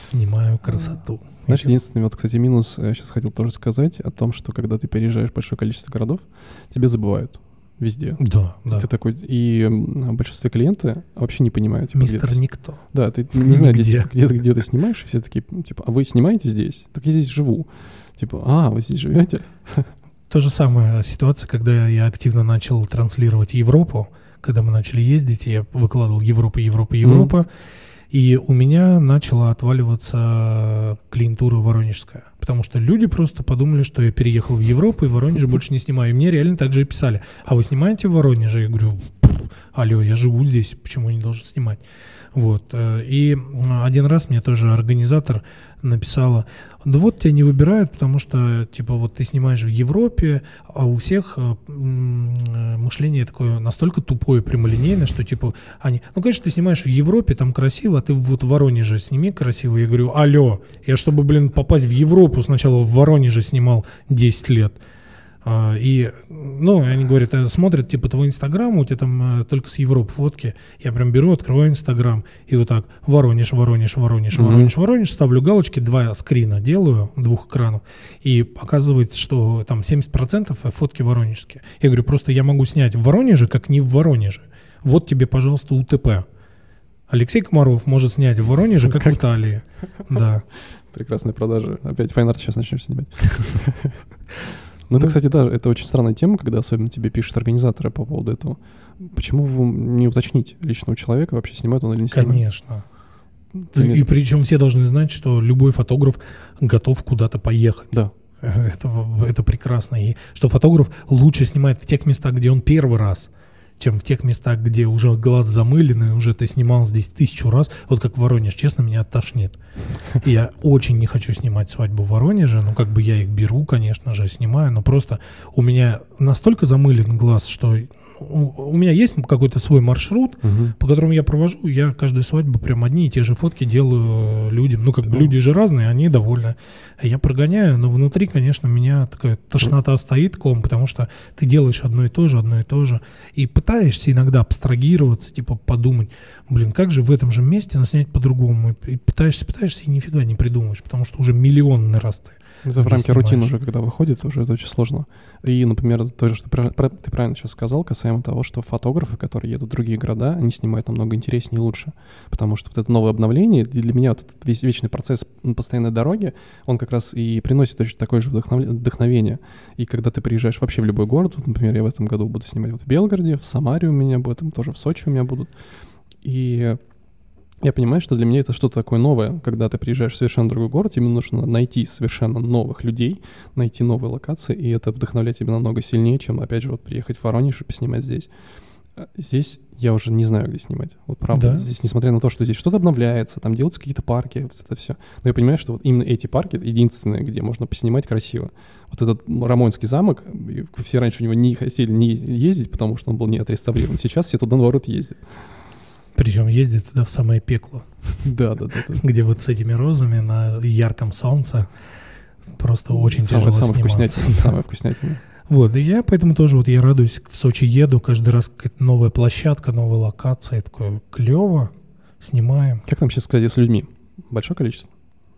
Снимаю красоту. Знаешь, единственный, вот, кстати, минус, я сейчас хотел тоже сказать, о том, что когда ты переезжаешь в большое количество городов, тебя забывают везде. Да, да. Ты такой, и в большинстве клиенты вообще не понимают. Типа, Мистер Никто. Да, ты не знаешь, Нигде. где ты снимаешь, и все такие, типа, а вы снимаете здесь? Так я здесь живу. Типа, вы здесь живете? То же самое ситуация, когда я активно начал транслировать Европу, когда мы начали ездить, я выкладывал Европа, и у меня начала отваливаться клиентура воронежская, потому что люди просто подумали, что я переехал в Европу и в Воронеже больше не снимаю. И мне реально так же и писали: а вы снимаете в Воронеже? Я говорю: алло, я живу здесь, почему я не должен снимать? Вот. И один раз мне тоже организатор написала: да вот тебя не выбирают, потому что, типа, вот ты снимаешь в Европе, а у всех мышление такое настолько тупое, прямолинейное, что, типа, они... Ну, конечно, ты снимаешь в Европе, там красиво, а ты вот в Воронеже сними красиво. Я говорю: алло, я чтобы, попасть в Европу, сначала в Воронеже снимал 10 лет. И, они говорят, смотрят, типа, твой Инстаграм, у тебя там только с Европы фотки. Я прям беру, открываю Инстаграм, и вот так: Воронеж, ставлю галочки, 2 скрина делаю, 2 экранов, и оказывается, что там 70% фотки воронежские. Я говорю: просто я могу снять в Воронеже, как не в Воронеже. Вот тебе, пожалуйста, УТП. Алексей Комаров может снять в Воронеже, как в Италии. Да. Прекрасная продажа. Опять файн-арт сейчас начнешь снимать. Ну, это, кстати, да, это очень странная тема, когда особенно тебе пишут организаторы по поводу этого. Почему вы не уточните личного человека, вообще снимает он или не снимает? Конечно. И причем все должны знать, что любой фотограф готов куда-то поехать. Да. Это прекрасно. И что фотограф лучше снимает в тех местах, где он первый раз, чем в тех местах, где уже глаз замыленный, уже ты снимал здесь 1000 раз. Вот как в Воронеж, честно, меня оттошнит. И я очень не хочу снимать свадьбу в Воронеже. Я их беру, конечно же, снимаю, но просто у меня настолько замылен глаз, что у меня есть какой-то свой маршрут, по которому я провожу. Я каждую свадьбу прям одни и те же фотки делаю людям. Люди же разные, они довольны. Я прогоняю, но внутри, конечно, меня такая тошнота стоит, потому что ты делаешь одно и то же. И пытаешься иногда абстрагироваться, типа подумать: как же в этом же месте снять по-другому. И пытаешься, и нифига не придумаешь, потому что уже миллионный раз ты. Это в рамки рутины уже, когда выходит, уже это очень сложно. И, например, то, что ты правильно сейчас сказал, касаемо того, что фотографы, которые едут в другие города, они снимают намного интереснее и лучше. Потому что вот это новое обновление, для меня вот этот весь вечный процесс постоянной дороги, он как раз и приносит точно такое же вдохновение. И когда ты приезжаешь вообще в любой город, вот, например, я в этом году буду снимать в Белгороде, в Самаре у меня будет, тоже в Сочи у меня будут. И я понимаю, что для меня это что-то такое новое, когда ты приезжаешь в совершенно другой город, тебе нужно найти совершенно новых людей, найти новые локации, и это вдохновляет тебя намного сильнее, чем, опять же, приехать в Воронеж и поснимать здесь. Здесь я уже не знаю, где снимать. Вот правда, да? Здесь, несмотря на то, что здесь что-то обновляется, там делаются какие-то парки, вот это все. Но я понимаю, что вот именно эти парки единственные, где можно поснимать красиво. Вот этот Рамонский замок, все раньше у него не хотели не ездить, потому что он был не отреставрирован. Сейчас все туда, наоборот, ездят. Причем ездит туда в самое пекло. Да. Где вот с этими розами на ярком солнце просто очень тяжело сниматься. Самое вкуснятина. Вот, и я поэтому тоже я радуюсь, в Сочи еду, каждый раз какая-то новая площадка, новая локация, такое клево, снимаем. Как там сейчас, кстати, с людьми? Большое количество?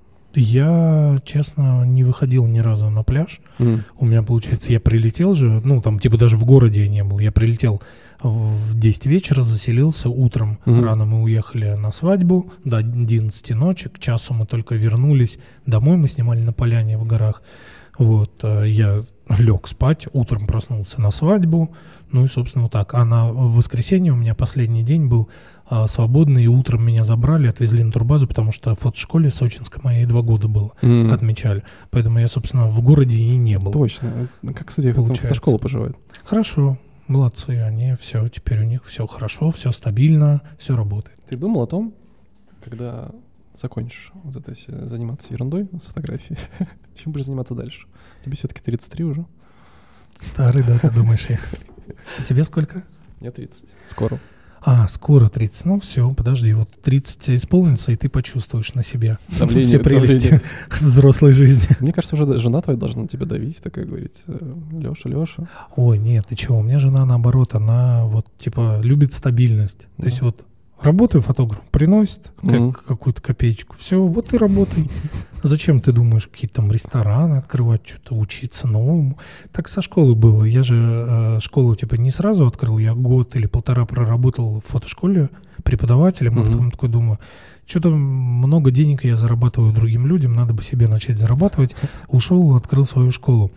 Я, честно, не выходил ни разу на пляж. У меня, получается, я прилетел же, даже в городе я не был. Я прилетел в 10 вечера, заселился утром. Рано мы уехали на свадьбу, до 11 ночи, к часу мы только вернулись. Домой мы снимали на поляне в горах. Вот, я лег спать, утром проснулся на свадьбу. И, собственно, вот так. А на воскресенье у меня последний день был свободный, и утром меня забрали, отвезли на турбазу, потому что в фотошколе сочинской моей 2 года было, отмечали. Поэтому я, собственно, в городе и не был. Точно. Как, кстати, фотошкола поживает? Хорошо. Молодцы, они все, теперь у них все хорошо, все стабильно, все работает. Ты думал о том, когда закончишь вот это заниматься ерундой с фотографией, чем будешь заниматься дальше? Тебе все-таки 33 уже? Старый, да, ты думаешь? Тебе сколько? Мне 30. Скоро. Скоро 30. Все, подожди, вот 30 исполнится, и ты почувствуешь на себе все прелести взрослой жизни. Мне кажется, уже жена твоя должна на тебя давить, такая говорить: Леша. Ой, нет, ты чего, у меня жена наоборот, она любит стабильность. То есть Работаю фотограф, приносит какую-то копеечку. Все, вот и работай. Зачем ты думаешь какие-то там рестораны открывать, что-то учиться новому? Так со школы было. Я же школу типа не сразу открыл, я год или полтора проработал в фотошколе преподавателем, а потом такой думаю, что-то много денег я зарабатываю другим людям, надо бы себе начать зарабатывать. Ушел, открыл свою школу.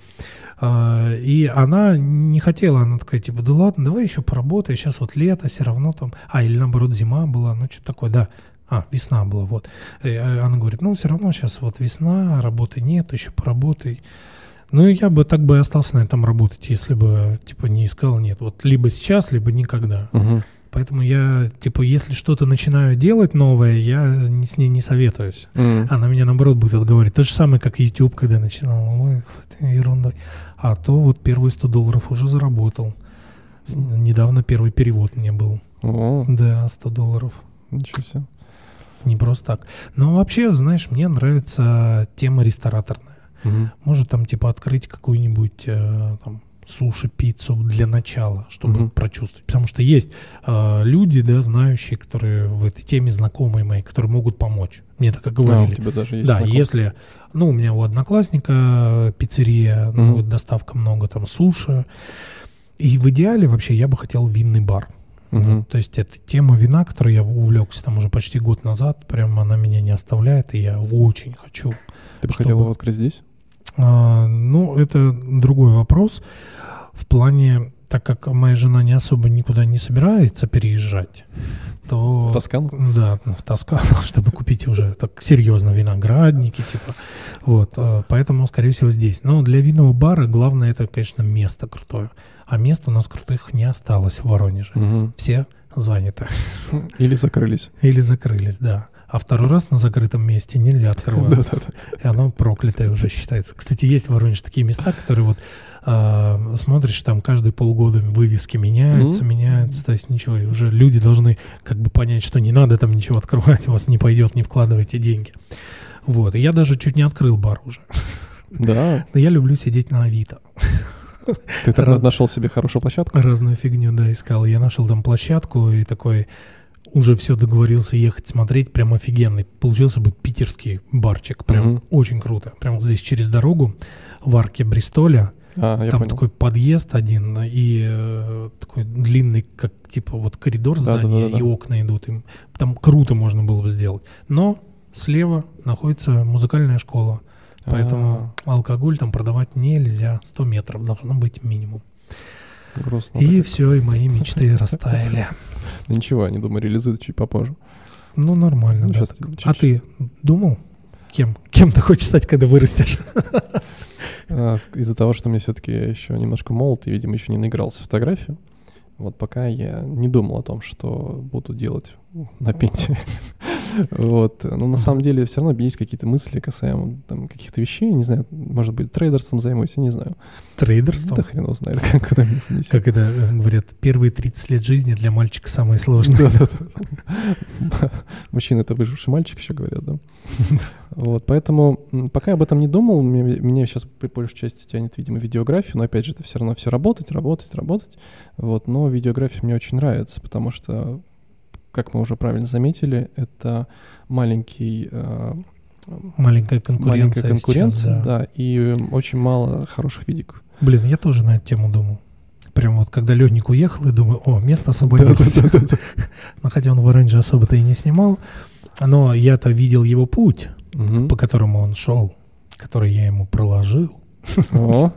И она не хотела, она такая, типа, да ладно, давай еще поработай, сейчас вот лето, все равно там, или наоборот зима была, ну что такое, да, весна была, вот. И она говорит, ну все равно сейчас вот весна, работы нет, еще поработай. Ну и я бы так бы и остался на этом работать, если бы, типа, не искал, нет, вот либо сейчас, либо никогда. Поэтому я, типа, если что-то начинаю делать новое, я с ней не советуюсь. Она меня, наоборот, будет отговаривать. То же самое, как YouTube, когда я начинал. Ой, ерундой. А то вот первые $100 уже заработал. Недавно первый перевод мне был. Да, $100. Ничего себе. Не просто так. Но вообще, знаешь, мне нравится тема рестораторная. Может, там, типа, открыть какую-нибудь, там, суши-пиццу для начала, чтобы прочувствовать. Потому что есть люди, да, знающие, которые в этой теме знакомые мои, которые могут помочь. Мне так и говорили. У тебя даже есть знакомые. Если, у меня у одноклассника пиццерия, доставка много там суши. И в идеале вообще я бы хотел винный бар. То есть это тема вина, которой я увлекся там уже почти год назад. Прям она меня не оставляет, и я очень хочу. Ты бы хотел его открыть здесь? Это другой вопрос. В плане, так как моя жена не особо никуда не собирается переезжать, то... В Тоскану? Да, в Тоскану, чтобы купить уже так серьезно виноградники, типа. Вот, поэтому, скорее всего, здесь. Но для винного бара главное, это, конечно, место крутое. А мест у нас крутых не осталось в Воронеже. Все заняты. Или закрылись. Или закрылись, да. А второй раз на закрытом месте нельзя открываться. И оно проклятое уже считается. Кстати, есть в Воронеже такие места, которые вот смотришь, там каждые полгода вывески меняются. То есть ничего, и уже люди должны как бы понять, что не надо там ничего открывать, у вас не пойдет, не вкладывайте деньги. Вот. И я даже чуть не открыл бар уже. Да. Но я люблю сидеть на Авито. Ты там нашел себе хорошую площадку? Разную фигню, да, искал. Я нашел там площадку и такой... Уже все договорился ехать смотреть, прям офигенный. Получился бы питерский барчик, прям очень круто. Прям здесь через дорогу в арке Бристоля. Там такой подъезд один и такой длинный, как типа вот коридор здания, и окна идут. И там круто можно было бы сделать. Но слева находится музыкальная школа, поэтому алкоголь там продавать нельзя. 100 метров должно быть минимум. Грустно. И все, и мои мечты растаяли. Ничего, они, думаю, реализуют чуть попозже. Ну, нормально. Да, а ты думал, кем ты хочешь стать, когда вырастешь? Из-за того, что мне все-таки еще немножко молод и, видимо, еще не наигрался в фотографию, вот пока я не думал о том, что буду делать на пенсии. Вот. Но на самом деле все равно есть какие-то мысли касаемо там каких-то вещей, не знаю, может быть, трейдерством займусь, я не знаю. Трейдерством? Да хрен его знает, куда мне внесет. Как это говорят, первые 30 лет жизни для мальчика самые сложные. Да. Мужчина — это выживший мальчик, еще говорят, да. Вот, поэтому пока я об этом не думал, меня сейчас по большей части тянет, видимо, видеографию, но опять же, это все равно все работать. Вот, но видеография мне очень нравится, потому что, как мы уже правильно заметили, это маленькая конкуренция сейчас, да, и очень мало хороших видиков. Блин, я тоже на эту тему думал. Прям вот когда Лёдник уехал, и думаю, место освободилось. Но хотя он в Воронеже особо-то и не снимал, но я-то видел его путь, по которому он шел, который я ему проложил. Он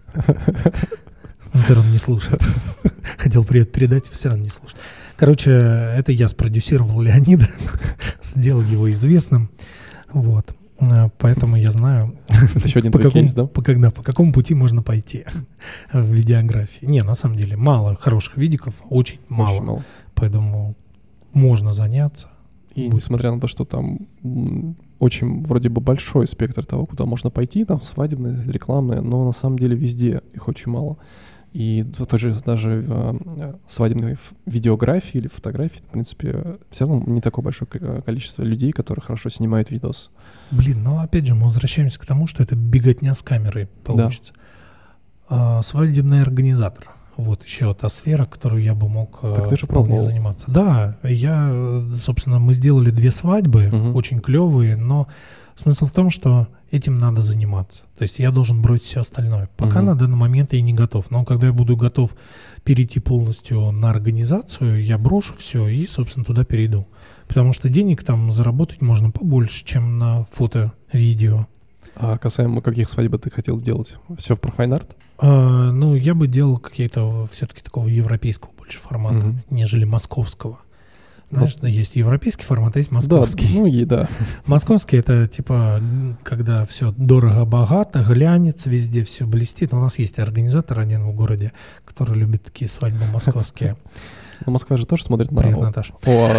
все равно не слушает. Хотел привет передать, все равно не слушает. Короче, это я спродюсировал Леонида, сделал его известным. Вот. Поэтому я знаю, еще один кейс, да? по какому пути можно пойти в видеографии. Не, на самом деле, мало хороших видиков, очень мало. Поэтому можно заняться. И несмотря на то, что там очень вроде бы большой спектр того, куда можно пойти, там свадебные, рекламные, но на самом деле везде их очень мало. И даже свадебной видеографии или фотографии, в принципе, все равно не такое большое количество людей, которые хорошо снимают видос. Блин, но опять же мы возвращаемся к тому, что это беготня с камерой получится. Да. Свадебный организатор. Вот еще та сфера, которую я бы мог Так ты же вполне пробовал. заниматься. Да, собственно, мы сделали 2 свадьбы, очень клевые, но смысл в том, что этим надо заниматься. То есть я должен бросить все остальное. Пока на данный момент я не готов. Но когда я буду готов перейти полностью на организацию, я брошу все и, собственно, туда перейду. Потому что денег там заработать можно побольше, чем на фото, видео. А касаемо каких свадеб ты хотел сделать? Все про файн-арт? Ну, я бы делал какие-то все-таки такого европейского больше формата, нежели московского. Знаешь, есть европейский формат, а есть московский. Да. Московский — это типа, когда все дорого-богато, глянец, везде все блестит. У нас есть организатор один в городе, который любит такие свадьбы московские. Но Москва же тоже смотрит на... Привет, Наташа.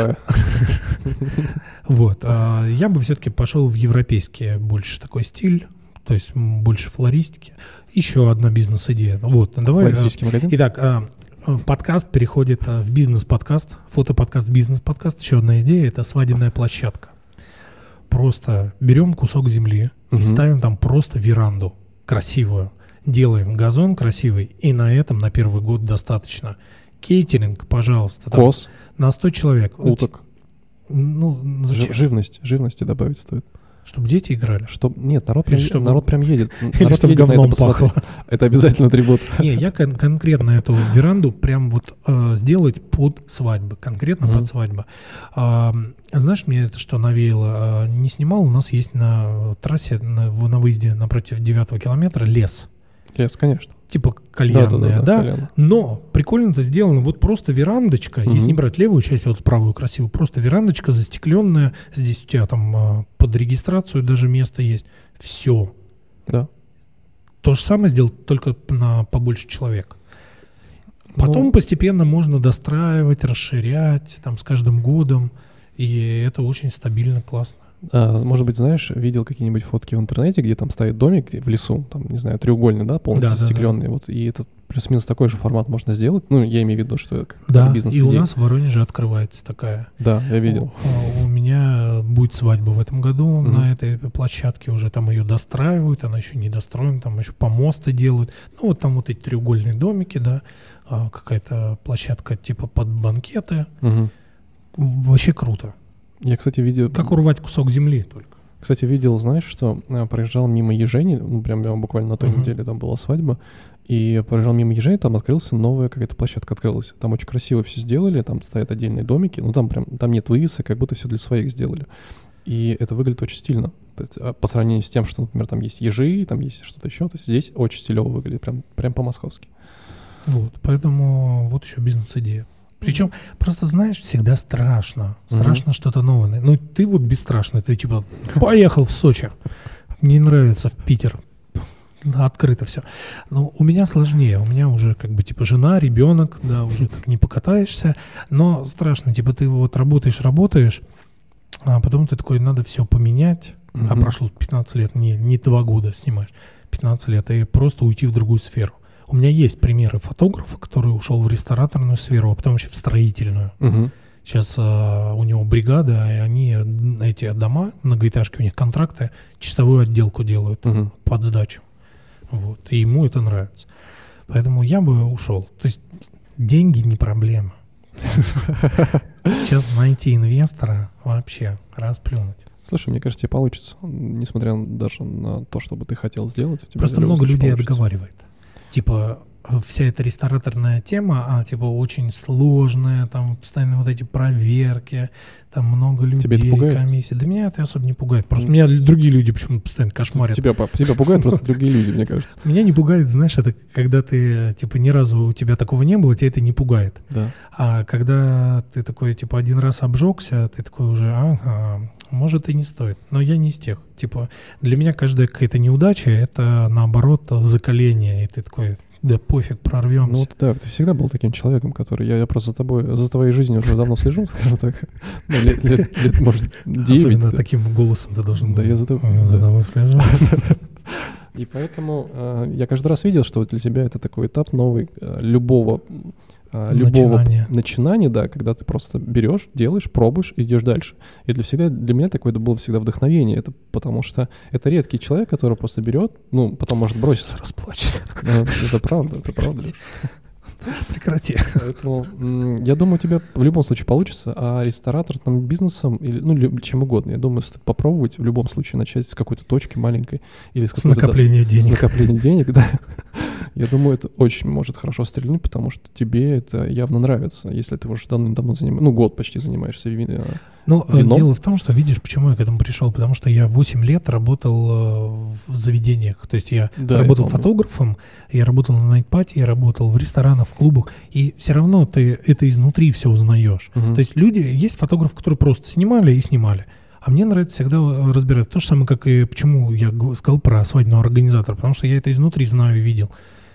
Вот. Я бы все-таки пошел в европейский больше такой стиль, то есть больше флористики. Еще одна бизнес-идея. Вот, давай. Флористический магазин? Итак, подкаст переходит в бизнес-подкаст, фотоподкаст, бизнес-подкаст. Еще одна идея — это свадебная площадка. Просто берем кусок земли и ставим там просто веранду красивую. Делаем газон красивый, и на этом на первый год достаточно. Кейтеринг, пожалуйста. Там, Коз. на 100 человек. Уток. Ну, зачем? Живности добавить стоит. Чтобы дети играли? Нет, народ Или народ прям едет. Или Народ чтобы едет на это говном посмотреть. пахло. Это обязательно атрибут. Не, я конкретно эту веранду прям вот сделать под свадьбу. Конкретно под свадьбу. Знаешь, мне это что навеяло? Не снимал, у нас есть на трассе, на выезде напротив 9-го километра лес. Лес, конечно. Типа кальянная, да? кальянная. Но прикольно это сделано. Вот просто верандочка, если не брать левую часть, а вот правую красивую, просто верандочка застекленная. Здесь у тебя там под регистрацию даже место есть. Все. Да. То же самое сделать, только на побольше человек. Потом постепенно можно достраивать, расширять, там, с каждым годом. И это очень стабильно, классно. Может быть, знаешь, видел какие-нибудь фотки в интернете, где там стоит домик в лесу, там, не знаю, треугольный, да, полностью застекленный, вот, и этот плюс-минус такой же формат можно сделать. Ну, я имею в виду, что как бизнес-идея. И у нас в Воронеже открывается такая. Да, я видел. У меня будет свадьба в этом году на этой площадке, уже там ее достраивают, она еще не достроена, там еще помосты делают. Ну, вот там вот эти треугольные домики, да, какая-то площадка типа под банкеты. Вообще круто. Я, кстати, видел... Как урвать кусок земли только. Кстати, видел, знаешь, что проезжал мимо Ежени, ну, прям буквально на той неделе там была свадьба, и проезжал мимо Ежени, там открылся новая какая-то площадка открылась. Там очень красиво все сделали, там стоят отдельные домики, ну, там прям, там нет вывесок, как будто все для своих сделали. И это выглядит очень стильно. То есть, по сравнению с тем, что, например, там есть Ежи, там есть что-то еще, то есть здесь очень стилево выглядит, прям по-московски. Вот, поэтому вот еще бизнес-идея. Причем, просто знаешь, всегда страшно. Страшно что-то новое. Ну, ты вот бесстрашный, ты типа поехал в Сочи. Не нравится в Питер. Открыто все. Но у меня сложнее. У меня уже как бы типа жена, ребенок, да, уже как не покатаешься. Но страшно, типа ты вот работаешь, а потом ты такой, надо все поменять. А прошло 15 лет, не 2 года снимаешь, 15 лет, и просто уйти в другую сферу. У меня есть примеры фотографа, который ушел в рестораторную сферу, а потом еще в строительную. Сейчас у него бригада, и они эти дома, многоэтажки, у них контракты, чистовую отделку делают под сдачу. Вот. И ему это нравится. Поэтому я бы ушел. То есть деньги не проблема. Сейчас найти инвестора вообще расплюнуть. Слушай, мне кажется, тебе получится. Несмотря даже на то, что бы ты хотел сделать. Просто много людей отговаривает. Типа, вся эта рестораторная тема, типа, очень сложная, там постоянно вот эти проверки, там много людей, тебя это пугает? комиссии. Да меня это особо не пугает. Просто меня другие люди почему-то постоянно кошмарят. Тебя пугают просто другие люди, мне кажется. Меня не пугает, знаешь, это когда ты, типа, ни разу у тебя такого не было, тебя это не пугает. Да. А когда ты такой, типа, один раз обжегся, ты такой уже, может и не стоит. Но я не из тех. Типа, для меня каждая какая-то неудача — это, наоборот, закаление. И ты такой, да пофиг, прорвемся. Ну вот да, ты всегда был таким человеком, который... Я просто за твоей жизнью уже давно слежу, скажем так. Лет, может, 9. Особенно таким голосом ты должен быть. Да, я за тобой слежу. И поэтому я каждый раз видел, что для тебя это такой этап новый любого начинания, да, когда ты просто берешь, делаешь, пробуешь и идешь дальше. И для меня такое было всегда вдохновение, это потому что это редкий человек, который просто берет, ну, потом может броситься. Расплачется. Это правда. Прекрати. Поэтому я думаю, у тебя в любом случае получится, а рестораторным бизнесом или чем угодно, я думаю, стоит попробовать в любом случае начать с какой-то точки маленькой или с накопления денег. С накопления денег, да. Я думаю, это очень может хорошо стрельнуть, потому что тебе это явно нравится, если ты уже давно занимаешься, год почти занимаешься вином. Дело в том, что, видишь, почему я к этому пришел, потому что я 8 лет работал в заведениях, то есть я работал фотографом, я работал на найтпати, я работал в ресторанах, в клубах, и все равно ты это изнутри все узнаешь. То есть есть фотографы, которые просто снимали и снимали. А мне нравится всегда разбираться. То же самое, как и почему я сказал про свадебного организатора, потому что я это изнутри знаю и видел.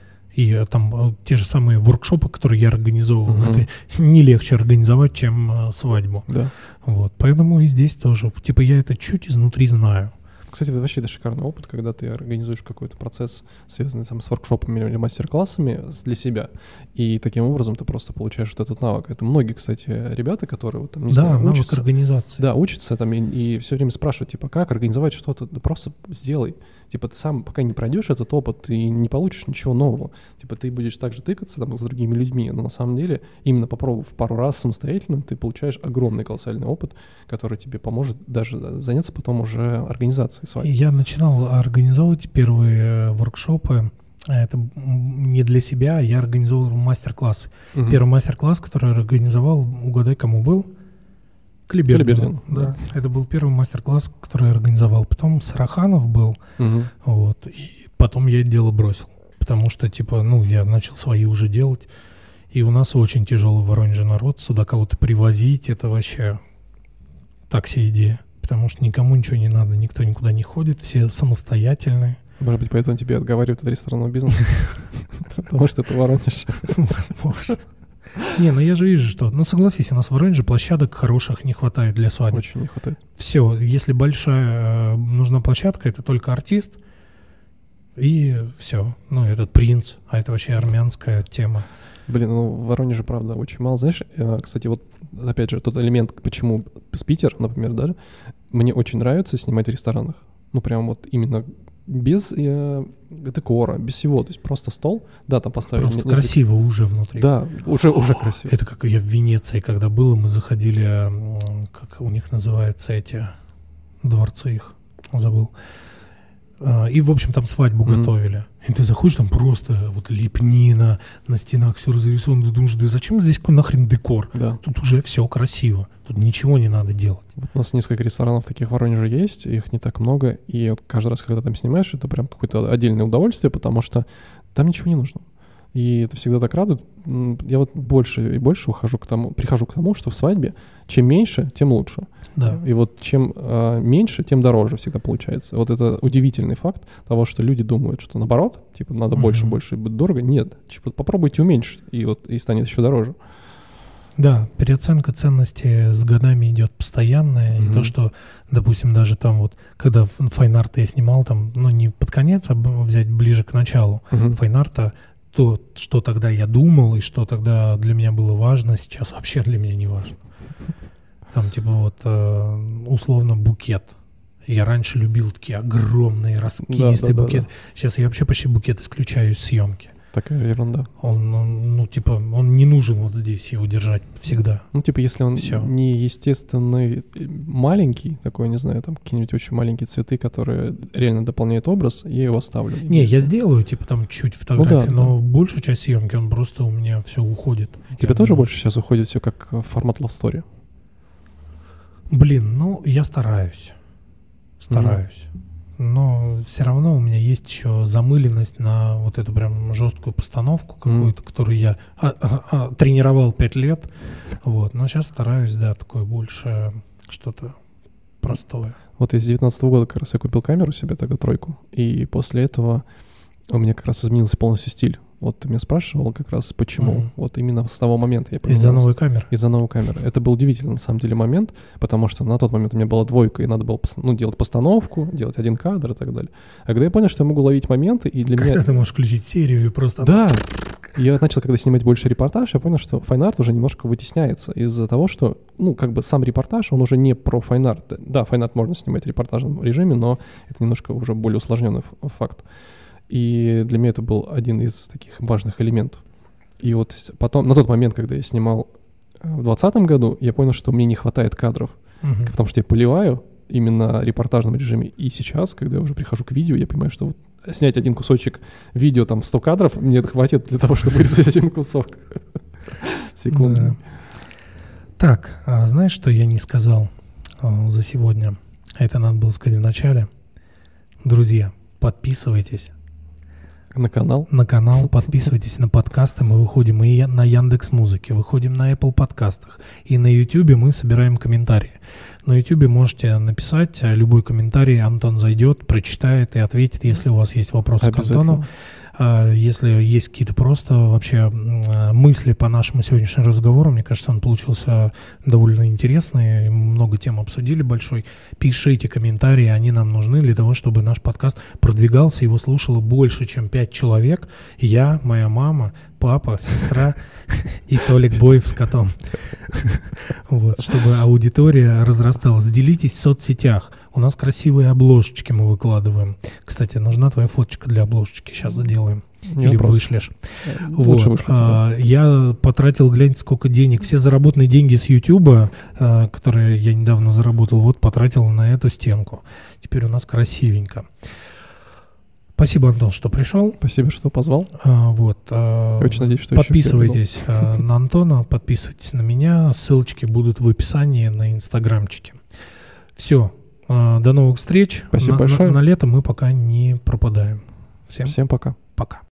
И там те же самые воркшопы, которые я организовывал, это не легче организовать, чем свадьбу. Да. Вот. Поэтому и здесь тоже. Типа я это чуть изнутри знаю. Кстати, это вообще шикарный опыт, когда ты организуешь какой-то процесс, связанный там с воркшопами или мастер-классами для себя, и таким образом ты просто получаешь вот этот навык. Это многие, кстати, ребята, которые вот, там, не знаю, учатся, организации. Да, учатся там и все время спрашивают, типа, как организовать что-то, да просто сделай. Типа ты сам пока не пройдешь этот опыт, ты не получишь ничего нового. Типа ты будешь также тыкаться там с другими людьми, но на самом деле, именно попробовав пару раз самостоятельно, ты получаешь огромный колоссальный опыт, который тебе поможет даже заняться потом уже организацией своей. Я начинал организовывать первые воркшопы. Это не для себя, я организовал мастер-классы. Первый мастер-класс, который организовал, угадай, кому был? Клибердин. Да. Это был первый мастер-класс, который я организовал. Потом Сараханов был. Вот. И потом я это дело бросил. Потому что, я начал свои уже делать. И у нас очень тяжелый в Воронеже народ. Сюда кого-то привозить, это вообще так себе идея. Потому что никому ничего не надо, никто никуда не ходит, все самостоятельные. Может быть, поэтому тебе отговаривают от ресторанного бизнеса? Потому что это Воронеж. Возможно. Не, я же вижу, что... согласись, у нас в Воронеже площадок хороших не хватает для свадьбы. Очень не хватает. Все, если большая нужна площадка, это только артист, и все. Этот принц, а это вообще армянская тема. Блин, в Воронеже, правда, очень мало. Знаешь, кстати, вот опять же, тот элемент, почему с Питер, например, да, мне очень нравится снимать в ресторанах. Прям вот именно без декора, без всего. То есть просто стол, да, там поставили. Просто красиво уже внутри. Да, уже красиво. Это как я в Венеции, когда было, мы заходили, как у них называются эти дворцы их, забыл. И, в общем, там свадьбу готовили. И ты заходишь, там просто вот лепнина, на стенах все разрисовано. Ты думаешь, да зачем здесь нахрен декор? Да. Тут уже все красиво. Тут ничего не надо делать. Вот у нас несколько ресторанов таких в Воронеже есть, их не так много. И вот каждый раз, когда там снимаешь, это прям какое-то отдельное удовольствие, потому что там ничего не нужно. И это всегда так радует. Я вот больше и больше прихожу к тому, что в свадьбе чем меньше, тем лучше. Да. И вот чем меньше, тем дороже всегда получается. Вот это удивительный факт того, что люди думают, что наоборот, надо больше и будет дорого. Нет, попробуйте уменьшить, и станет еще дороже. Да, переоценка ценности с годами идет постоянная. И то, что, допустим, даже там вот, когда файн-арт я снимал, там, не под конец, а взять ближе к началу файн-арта, то, что тогда я думал и что тогда для меня было важно, сейчас вообще для меня не важно. Там условно букет. Я раньше любил такие огромные раскидистые букеты. Да. Сейчас я вообще почти букет исключаю из съемки. Такая ерунда. Он не нужен вот здесь его держать всегда. Если он не естественный, маленький, такой, не знаю, там какие-нибудь очень маленькие цветы, которые реально дополняют образ, я его оставлю. Я сделаю, там чуть фотографии, но большая часть съемки, он просто у меня все уходит. Тебе тоже больше сейчас уходит все как формат love story? Блин, я стараюсь. Но все равно у меня есть еще замыленность на вот эту прям жесткую постановку какую-то, которую я тренировал 5 лет. Вот. Но сейчас стараюсь, такое больше что-то простое. Вот я с 19 года как раз я купил камеру себе, тогда 3, и после этого у меня как раз изменился полностью стиль. Вот ты меня спрашивал как раз, почему. Вот именно с того момента я понял. Из-за новой камеры? Из-за новой камеры. Это был удивительный, на самом деле, момент, потому что на тот момент у меня была 2, и надо было делать постановку, делать 1 кадр и так далее. А когда я понял, что я могу ловить моменты, и для меня... Когда ты можешь включить серию и просто... Да! Я начал, когда снимать больше репортаж, я понял, что файн-арт уже немножко вытесняется из-за того, что, сам репортаж, он уже не про файн-арт. Да, файн-арт можно снимать в репортажном режиме, но это немножко уже более усложненный факт. И для меня это был один из таких важных элементов. И вот потом, на тот момент, когда я снимал в 2020 году, я понял, что мне не хватает кадров, потому что я поливаю именно в репортажном режиме. И сейчас, когда я уже прихожу к видео, я понимаю, что вот снять один кусочек видео, там, 100 кадров, мне хватит для того, чтобы вырезать один кусок. Секунду. Так, знаешь, что я не сказал за сегодня? Это надо было сказать в начале. Друзья, подписывайтесь. На канал? На канал, подписывайтесь на подкасты. Мы выходим и на Яндекс.Музыке, выходим на Apple подкастах. И на YouTube мы собираем комментарии. На YouTube можете написать любой комментарий. Антон зайдет, прочитает и ответит, если у вас есть вопросы к Антону. Если есть какие-то просто вообще мысли по нашему сегодняшнему разговору, мне кажется, он получился довольно интересный, много тем обсудили большой. Пишите комментарии, они нам нужны для того, чтобы наш подкаст продвигался, его слушало больше, чем 5 человек. Я, моя мама, папа, сестра и Толик Боев с котом. Вот, чтобы аудитория разрасталась. Делитесь в соцсетях. У нас красивые обложечки мы выкладываем. Кстати, нужна твоя фоточка для обложечки. Сейчас сделаем. Или вышлешь. Вот. Я потратил, гляньте, сколько денег. Все заработанные деньги с Ютуба, которые я недавно заработал, вот потратил на эту стенку. Теперь у нас красивенько. Спасибо, Антон, что пришел. Спасибо, что позвал. Вот. Я очень надеюсь, что подписывайтесь на Антона, подписывайтесь на меня. Ссылочки будут в описании на инстаграмчике. Все. До новых встреч. Спасибо большое. На лето мы пока не пропадаем. Всем пока. Пока.